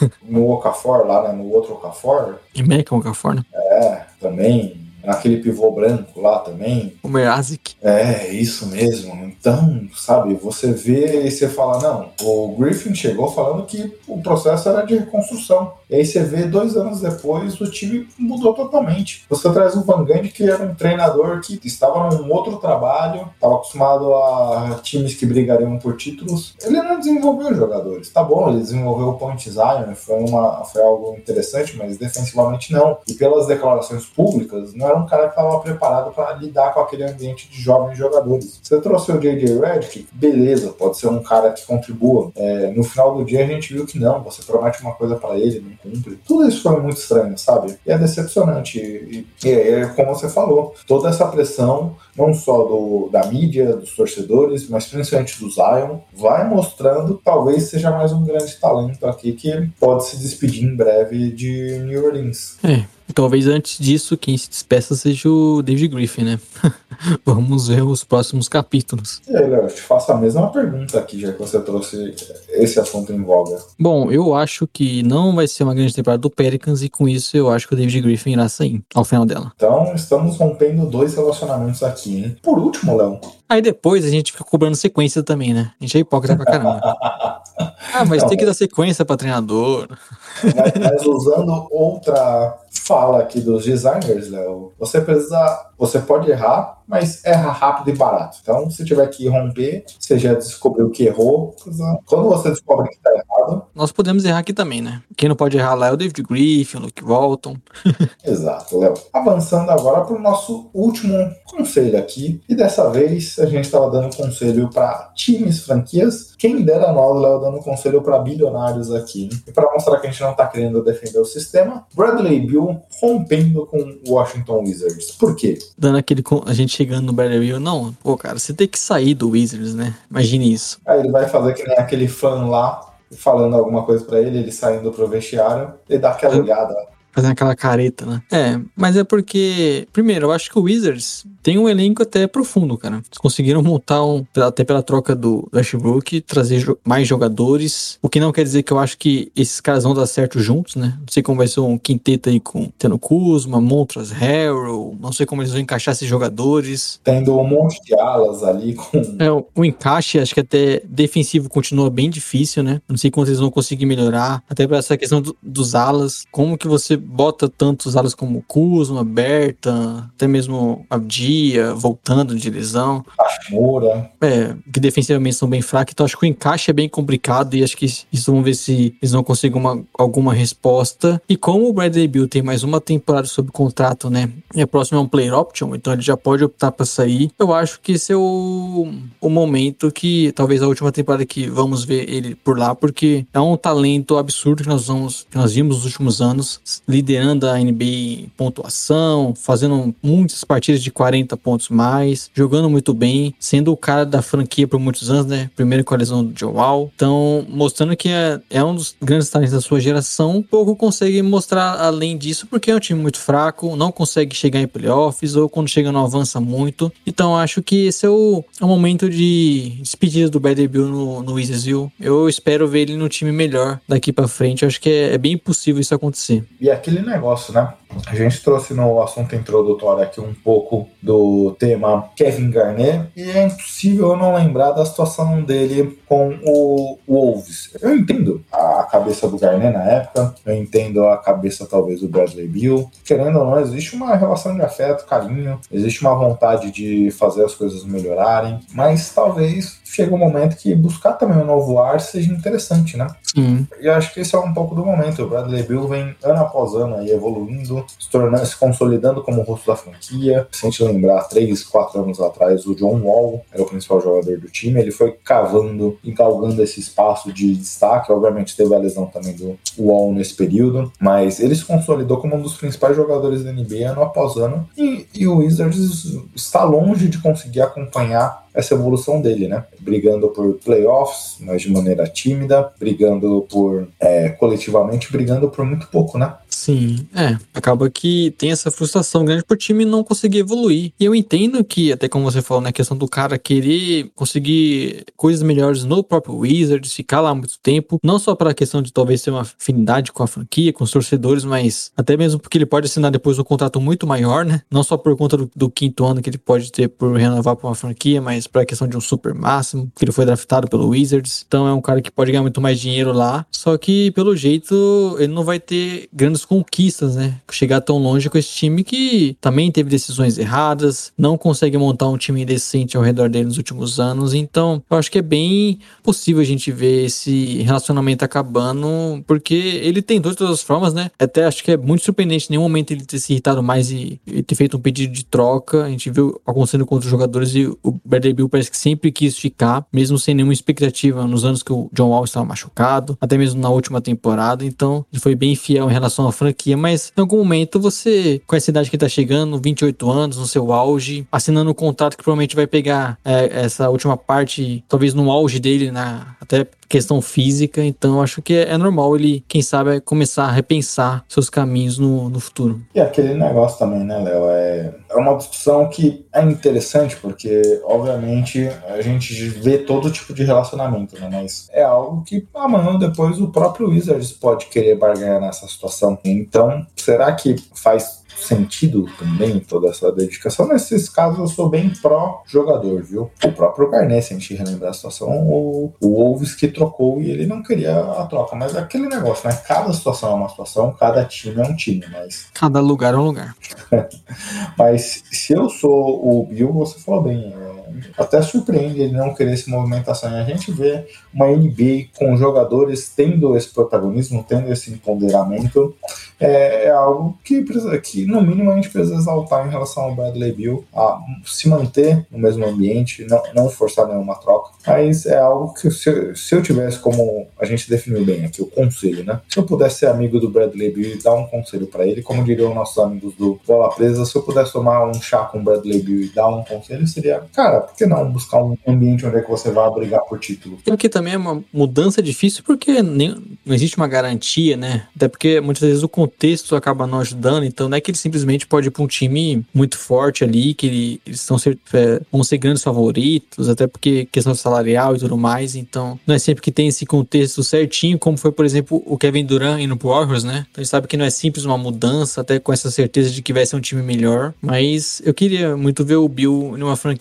Speaker 3: No Okafor, lá, né? No outro Okafor.
Speaker 4: E Meca Okafor, né?
Speaker 3: É, também. Naquele pivô branco lá também.
Speaker 4: O Merazic.
Speaker 3: É, isso mesmo. Então, sabe, você vê e você fala, não, o Griffin chegou falando que o processo era de reconstrução. E aí você vê, dois anos depois, o time mudou totalmente. Você traz o Van Gundy, que era um treinador que estava num outro trabalho, estava acostumado a times que brigariam por títulos. Ele não desenvolveu jogadores. Tá bom, ele desenvolveu o Point Zion, foi, uma, foi algo interessante, mas defensivamente não. E pelas declarações públicas, não era um cara que estava preparado para lidar com aquele ambiente de jovens jogadores. Você trouxe o J J Redick, beleza, pode ser um cara que contribua. É, no final do dia a gente viu que não, você promete uma coisa para ele, não cumpre. Tudo isso foi muito estranho, sabe? E é decepcionante. E, e é como você falou, toda essa pressão, não só do, da mídia, dos torcedores, mas principalmente do Zion, vai mostrando, talvez seja mais um grande talento aqui que pode se despedir em breve de New Orleans.
Speaker 4: É. Talvez antes disso, quem se despeça seja o David Griffin, né? Vamos ver os próximos capítulos.
Speaker 3: E aí, Léo, eu te faço a mesma pergunta aqui, já que você trouxe esse assunto em voga.
Speaker 4: Bom, eu acho que não vai ser uma grande temporada do Pelicans e com isso eu acho que o David Griffin irá sair ao final dela.
Speaker 3: Então, estamos rompendo dois relacionamentos aqui, hein? Por último, Léo.
Speaker 4: Aí depois a gente fica cobrando sequência também, né? A gente é hipócrita pra caramba. Ah, mas não, tem que dar sequência pra treinador.
Speaker 3: Mas, mas usando outra fala aqui dos designers, Léo, você precisa, você pode errar, mas erra rápido e barato. Então, se tiver que romper, você já descobriu que errou. Quando você descobre que tá errado...
Speaker 4: Nós podemos errar aqui também, né? Quem não pode errar lá é o David Griffin, o Luke Walton.
Speaker 3: Exato, Léo. Avançando agora para o nosso último conselho aqui. E dessa vez a gente estava dando conselho para times, franquias. Quem dera nós, Léo, dando conselho para bilionários aqui. Hein? E para mostrar que a gente não está querendo defender o sistema, Bradley Beal rompendo com o Washington Wizards. Por quê?
Speaker 4: Dando aquele... A gente chegando no Bradley Beal, não, pô, cara, você tem que sair do Wizards, né? Imagine isso.
Speaker 3: Aí ele vai fazer que nem aquele fã lá, falando alguma coisa pra ele, ele saindo pro vestiário, e dá aquela olhada.
Speaker 4: Fazendo aquela careta, né? É, mas é porque, primeiro, eu acho que o Wizards tem um elenco até profundo, cara. Eles conseguiram montar, um, até pela troca do Westbrook, trazer jo- mais jogadores, o que não quer dizer que eu acho que esses caras vão dar certo juntos, né? Não sei como vai ser um quinteto aí com tendo Kuzma, Montrezl Harrell, não sei como eles vão encaixar esses jogadores.
Speaker 3: Tendo um monte de alas ali com...
Speaker 4: É, o, o encaixe, acho que até defensivo continua bem difícil, né? Não sei quanto eles vão conseguir melhorar, até para essa questão do, dos alas, como que você bota tantos alas como Kuzma, Berta, até mesmo Abdia voltando de lesão.
Speaker 3: Hashimura.
Speaker 4: É, que defensivamente são bem fracos, então acho que o encaixe é bem complicado e acho que isso vamos ver se eles não conseguem uma, alguma resposta. E como o Bradley Beal tem mais uma temporada sob contrato, né, e a próxima é um player option, então ele já pode optar para sair, eu acho que esse é o, o momento que, talvez a última temporada que vamos ver ele por lá, porque é um talento absurdo que nós vamos, que nós vimos nos últimos anos, liderando a N B A em pontuação, fazendo muitas partidas de quarenta pontos mais, jogando muito bem, sendo o cara da franquia por muitos anos, né? Primeiro com a lesão do John Wall. Então, mostrando que é, é um dos grandes talentos da sua geração, pouco consegue mostrar além disso, porque é um time muito fraco, não consegue chegar em playoffs, ou quando chega não avança muito. Então, acho que esse é o, é o momento de despedida do Bradley Beal no, no Wizards. Eu espero ver ele no time melhor daqui pra frente. Eu acho que é, é bem possível isso acontecer.
Speaker 3: E aquele negócio, né? A gente trouxe no assunto introdutório aqui um pouco do tema Kevin Garnett e é impossível eu não lembrar da situação dele com o Wolves. Eu entendo a cabeça do Garnett na época, eu entendo a cabeça talvez do Bradley Beal. Querendo ou não, existe uma relação de afeto, carinho, existe uma vontade de fazer as coisas melhorarem, mas talvez chega um momento que buscar também um novo ar seja interessante, né?
Speaker 4: Sim.
Speaker 3: E eu acho que esse é um pouco do momento. O Bradley Beal vem ano após ano aí evoluindo, se tornando, se consolidando como o rosto da franquia. Se a gente lembrar, três, quatro anos atrás, o John Wall era o principal jogador do time. Ele foi cavando e galgando esse espaço de destaque. Obviamente teve a lesão também do Wall nesse período, mas ele se consolidou como um dos principais jogadores da N B A ano após ano. E, e o Wizards está longe de conseguir acompanhar essa evolução dele, né? Brigando por playoffs, mas de maneira tímida, brigando por é, coletivamente, brigando por muito pouco, né?
Speaker 4: Sim, é. Acaba que tem essa frustração grande pro time não conseguir evoluir. E eu entendo que, até como você falou, na né, questão do cara querer conseguir coisas melhores no próprio Wizards, ficar lá há muito tempo, não só para a questão de talvez ter uma afinidade com a franquia, com os torcedores, mas até mesmo porque ele pode assinar depois um contrato muito maior, né? Não só por conta do, do quinto ano que ele pode ter por renovar para uma franquia, mas para a questão de um super máximo, que ele foi draftado pelo Wizards. Então é um cara que pode ganhar muito mais dinheiro lá, só que pelo jeito ele não vai ter grandes conquistas, né? Chegar tão longe com esse time que também teve decisões erradas, não consegue montar um time decente ao redor dele nos últimos anos. Então eu acho que é bem possível a gente ver esse relacionamento acabando, porque ele tentou de todas as formas, né? Até acho que é muito surpreendente em nenhum momento ele ter se irritado mais e, e ter feito um pedido de troca. A gente viu acontecendo com outros jogadores e o Bradley Beal parece que sempre quis ficar, mesmo sem nenhuma expectativa nos anos que o John Wall estava machucado, até mesmo na última temporada. Então ele foi bem fiel em relação à franquia, mas em algum momento você, com essa idade que ele tá chegando, vinte e oito anos, no seu auge, assinando um contrato que provavelmente vai pegar é, essa última parte, talvez no auge dele, na, até questão física, então eu acho que é, é normal ele, quem sabe, começar a repensar seus caminhos no, no futuro.
Speaker 3: E aquele negócio também, né, Léo, é, é uma discussão que é interessante, porque, obviamente, a gente vê todo tipo de relacionamento, né, mas é algo que amanhã ou depois o próprio Wizards pode querer barganhar nessa situação. Então, será que faz sentido também toda essa dedicação? Nesses casos eu sou bem pró-jogador, viu? O próprio Garnett, se a gente relembrar a situação, o, o Wolves que trocou e ele não queria a troca, mas é aquele negócio, né? Cada situação é uma situação, cada time é um time, mas...
Speaker 4: Cada lugar é um lugar.
Speaker 3: Mas se eu sou o Bill, você falou bem, é, até surpreende ele não querer essa movimentação. E a gente vê uma N B A com jogadores tendo esse protagonismo, tendo esse empoderamento, é, é algo que, que no mínimo a gente precisa exaltar em relação ao Bradley Beal, a se manter no mesmo ambiente, não, não forçar nenhuma troca, mas é algo que se, se eu tivesse, como a gente definiu bem aqui, o conselho, né? Se eu pudesse ser amigo do Bradley Beal e dar um conselho para ele, como diriam nossos amigos do Bola Presa, se eu pudesse tomar um chá com o Bradley Beal e dar um conselho, seria, cara, por que não buscar um ambiente onde é que você vai brigar por título?
Speaker 4: Porque também é uma mudança difícil, porque nem, não existe uma garantia, né? Até porque muitas vezes o contexto acaba não ajudando, então não é que ele simplesmente pode ir para um time muito forte ali, que ele, eles estão ser, é, vão ser grandes favoritos, até porque questão salarial e tudo mais, então não é sempre que tem esse contexto certinho, como foi, por exemplo, o Kevin Durant indo pro Warriors, né? Então a gente sabe que não é simples uma mudança, até com essa certeza de que vai ser um time melhor, mas eu queria muito ver o Bill numa franquia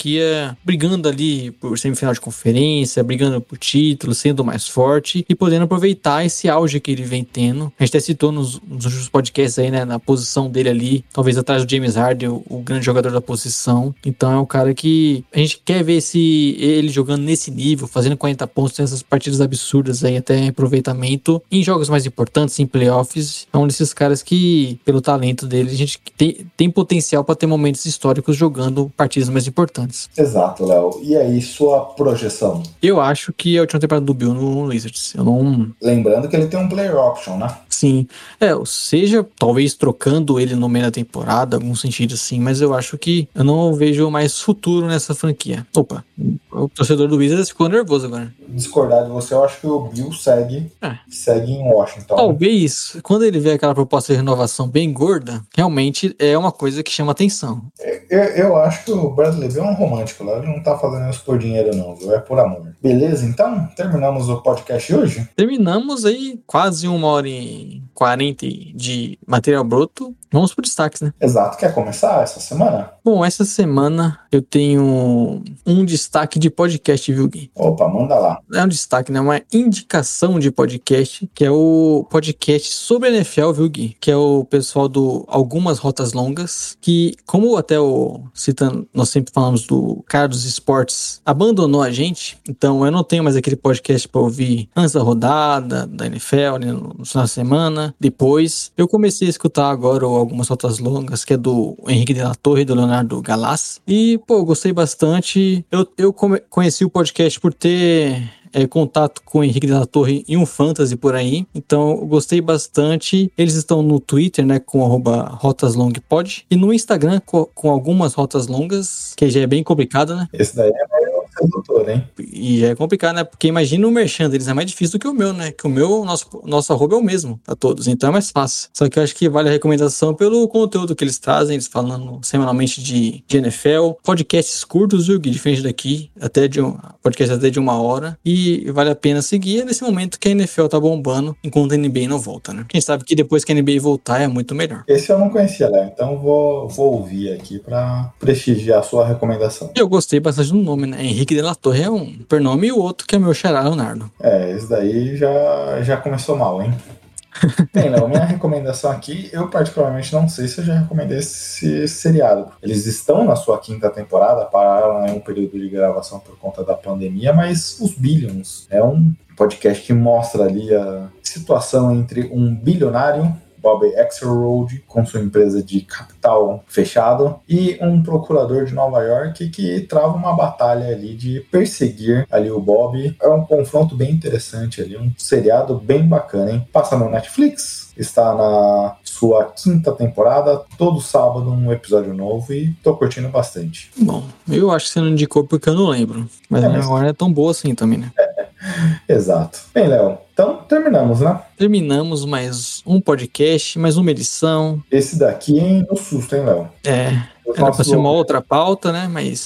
Speaker 4: vinha brigando ali por semifinal de conferência, brigando por título, sendo mais forte e podendo aproveitar esse auge que ele vem tendo. A gente até citou nos, nos últimos podcasts aí, né, na posição dele ali, talvez atrás do James Harden, o, o grande jogador da posição. Então é um cara que a gente quer ver esse, ele jogando nesse nível, fazendo quarenta pontos, tendo essas partidas absurdas aí, até aproveitamento em jogos mais importantes, em playoffs. É um desses caras que, pelo talento dele, a gente tem, tem potencial para ter momentos históricos jogando partidas mais importantes.
Speaker 3: Exato, Léo. E aí, sua projeção?
Speaker 4: Eu acho que é a última temporada do Bill no Wizards. Eu não...
Speaker 3: Lembrando que ele tem um player option, né?
Speaker 4: Sim. É, ou seja, talvez trocando ele no meio da temporada, algum sentido assim, mas eu acho que eu não vejo mais futuro nessa franquia. Opa, o torcedor do Wizards ficou nervoso agora.
Speaker 3: Discordar de você, eu acho que o Bill segue, é. segue em Washington.
Speaker 4: Talvez, quando ele vê aquela proposta de renovação bem gorda, realmente é uma coisa que chama atenção.
Speaker 3: Eu, eu acho que o Bradley Beal é um romântico lá, ele não tá fazendo isso por dinheiro não, viu? É por amor. Beleza, então? Terminamos o podcast hoje?
Speaker 4: Terminamos aí quase uma hora e quarenta de material bruto. Vamos pro destaques, né?
Speaker 3: Exato. Quer começar essa semana?
Speaker 4: Bom, essa semana eu tenho um destaque de podcast, viu, Gui?
Speaker 3: Opa, manda lá.
Speaker 4: É um destaque, né? Uma indicação de podcast, que é o podcast sobre a N F L, viu, Gui? Que é o pessoal do Algumas Rotas Longas, que, como até o citando, nós sempre falamos do cara dos esportes, abandonou a gente, então eu não tenho mais aquele podcast pra ouvir antes da rodada, da N F L, né, no final da semana. Depois, eu comecei a escutar agora o Algumas Rotas Longas, que é do Henrique de la Torre e do Leonardo Galassi. E, pô, gostei bastante. Eu, eu come- conheci o podcast por ter é, contato com o Henrique de la Torre em um fantasy por aí. Então, eu gostei bastante. Eles estão no Twitter, né, com arroba rotaslongpod. E no Instagram, com, com algumas rotas longas, que já é bem complicado, né?
Speaker 3: Esse daí é doutor, hein?
Speaker 4: E é complicado, né? Porque imagina o merchan deles, é mais difícil do que o meu, né? Que o meu, nosso, nosso arroba é o mesmo pra todos, então é mais fácil. Só que eu acho que vale a recomendação pelo conteúdo que eles trazem, eles falando semanalmente de, de N F L, podcasts curtos, viu, Gui? Diferente daqui, até de um podcast até de uma hora, e vale a pena seguir nesse momento que a N F L tá bombando, enquanto a N B A não volta, né? Quem sabe que depois que a N B A voltar é muito melhor.
Speaker 3: Esse eu não conhecia, Léo, então vou, vou ouvir aqui pra prestigiar a sua recomendação.
Speaker 4: Eu gostei bastante do nome, né? Henrique de la Torre é um pernome e o outro que é meu xará, Leonardo.
Speaker 3: É, esse daí já, já começou mal, hein? Bem, Léo, minha recomendação aqui, eu particularmente não sei se eu já recomendei esse seriado. Eles estão na sua quinta temporada, pararam em um período de gravação por conta da pandemia, mas os Billions é um podcast que mostra ali a situação entre um bilionário, Bob Axelrod, com sua empresa de capital fechado, e um procurador de Nova York que trava uma batalha ali de perseguir ali o Bob. É um confronto bem interessante ali, um seriado bem bacana, hein? Passa no Netflix, está na sua quinta temporada, todo sábado um episódio novo e tô curtindo bastante.
Speaker 4: Bom, eu acho que você não indicou porque eu não lembro, mas
Speaker 3: é,
Speaker 4: a memória é tão boa assim também, né?
Speaker 3: É. Exato. Bem, Léo, então terminamos, né?
Speaker 4: Terminamos mais um podcast, mais uma edição.
Speaker 3: Esse daqui, hein, no susto, hein, Léo?
Speaker 4: É, era pra ser uma outra pauta, né, mas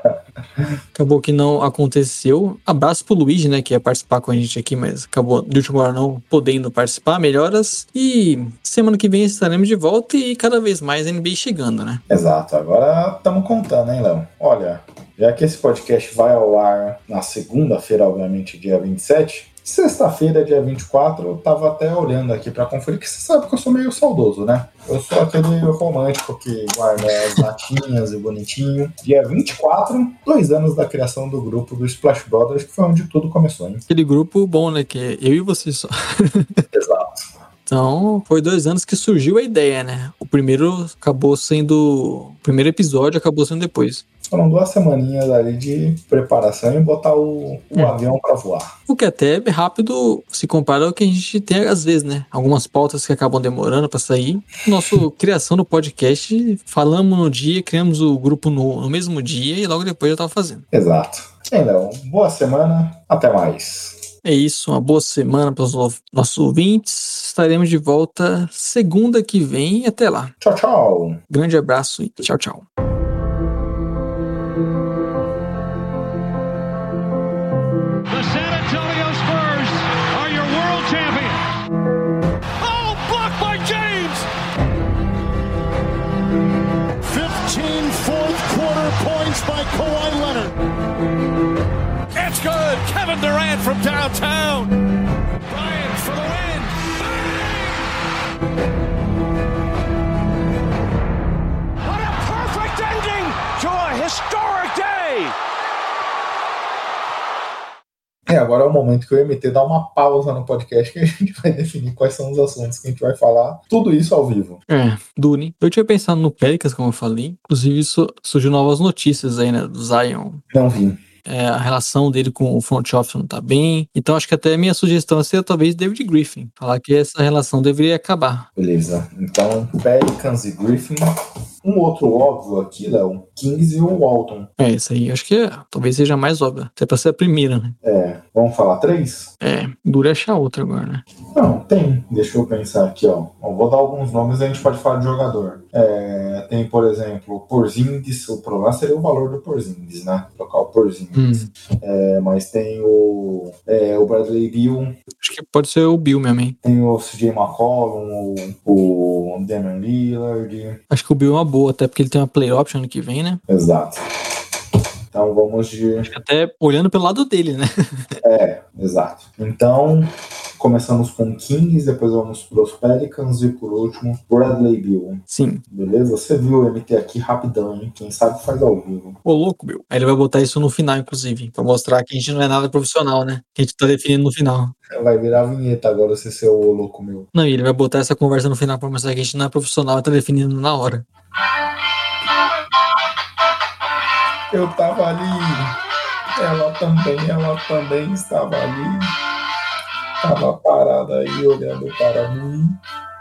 Speaker 4: acabou que não aconteceu. Abraço pro Luigi, né, que ia participar com a gente aqui, mas acabou de última hora não podendo participar. Melhoras. E semana que vem estaremos de volta e cada vez mais a N B A chegando, né?
Speaker 3: Exato. Agora estamos contando, hein, Léo? Olha, já que esse podcast vai ao ar na segunda-feira, obviamente, dia vinte e sete, sexta-feira, dia vinte e quatro, eu tava até olhando aqui pra conferir, que você sabe que eu sou meio saudoso, né? Eu sou aquele romântico que guarda as latinhas e bonitinho. Dia vinte e quatro, dois anos da criação do grupo do Splash Brothers, que foi onde tudo começou, hein?
Speaker 4: Aquele grupo bom, né? Que é eu e você só.
Speaker 3: Exato.
Speaker 4: Então, foi dois anos que surgiu a ideia, né? O primeiro acabou sendo... O primeiro episódio acabou sendo depois.
Speaker 3: Foram duas semaninhas ali de preparação e botar o, o hum. avião pra voar.
Speaker 4: O que até é rápido se compara ao que a gente tem às vezes, né? Algumas pautas que acabam demorando pra sair. Nossa criação do podcast, falamos no dia, criamos o grupo no, no mesmo dia e logo depois eu tava fazendo.
Speaker 3: Exato. Então, boa semana, até mais.
Speaker 4: É isso, uma boa semana para os nossos ouvintes. Estaremos de volta segunda que vem e até lá.
Speaker 3: Tchau, tchau.
Speaker 4: Grande abraço e tchau, tchau.
Speaker 5: The San Antonio Spurs are your world champions. Oh, blocked by James. fifteen fourth quarter points by Kawhi Leonard.
Speaker 6: It's good. Kevin Durant from downtown. Bryant for the win. Bang!
Speaker 5: What a perfect ending to a historic day.
Speaker 3: É, agora é o momento que o M T dá uma pausa no podcast que a gente vai definir quais são os assuntos que a gente vai falar. Tudo isso ao vivo.
Speaker 4: É, Dune. Eu tinha pensado no Pelicans, como eu falei. Inclusive, isso surgiu novas notícias aí, né? Do Zion.
Speaker 3: Não vi.
Speaker 4: É, a relação dele com o front office não tá bem. Então acho que até a minha sugestão seria talvez David Griffin. Falar que essa relação deveria acabar.
Speaker 3: Beleza. Então, Pelicans e Griffin. Um outro óbvio aqui, Léo, Kings e o Walton.
Speaker 4: É, isso aí acho que é, talvez seja mais óbvio. Até pra ser a primeira, né?
Speaker 3: É, vamos falar três?
Speaker 4: É, dura achar outra agora, né?
Speaker 3: Não, tem. Deixa eu pensar aqui, ó. Eu vou dar alguns nomes e a gente pode falar de jogador. É, tem, por exemplo, o Porzingis. O problema seria o valor do Porzingis, né? Trocar o Porzingis. Hum. É, mas tem o, é, o Bradley Beal.
Speaker 4: Acho que pode ser o Bill mesmo, hein?
Speaker 3: Tem o C J McCollum, o, o Damian Lillard.
Speaker 4: Acho que o Bill é uma boa, até porque ele tem uma play option ano que vem, né?
Speaker 3: Exato. Então vamos de...
Speaker 4: Acho que até olhando pelo lado dele, né?
Speaker 3: É, exato. Então, começamos com Kings, depois vamos para os Pelicans e por último, Bradley Beal.
Speaker 4: Sim.
Speaker 3: Beleza? Você viu o M T aqui rapidão, hein? Quem sabe faz ao vivo.
Speaker 4: Ô, louco, Bill. Aí ele vai botar isso no final, inclusive, pra mostrar que a gente não é nada profissional, né? Que a gente tá definindo no final.
Speaker 3: Vai virar a vinheta agora, se ser o louco meu.
Speaker 4: Não, e ele vai botar essa conversa no final pra mostrar que a gente não é profissional e tá definindo na hora.
Speaker 3: Eu tava ali, ela também, ela também estava ali, tava parada aí olhando para mim.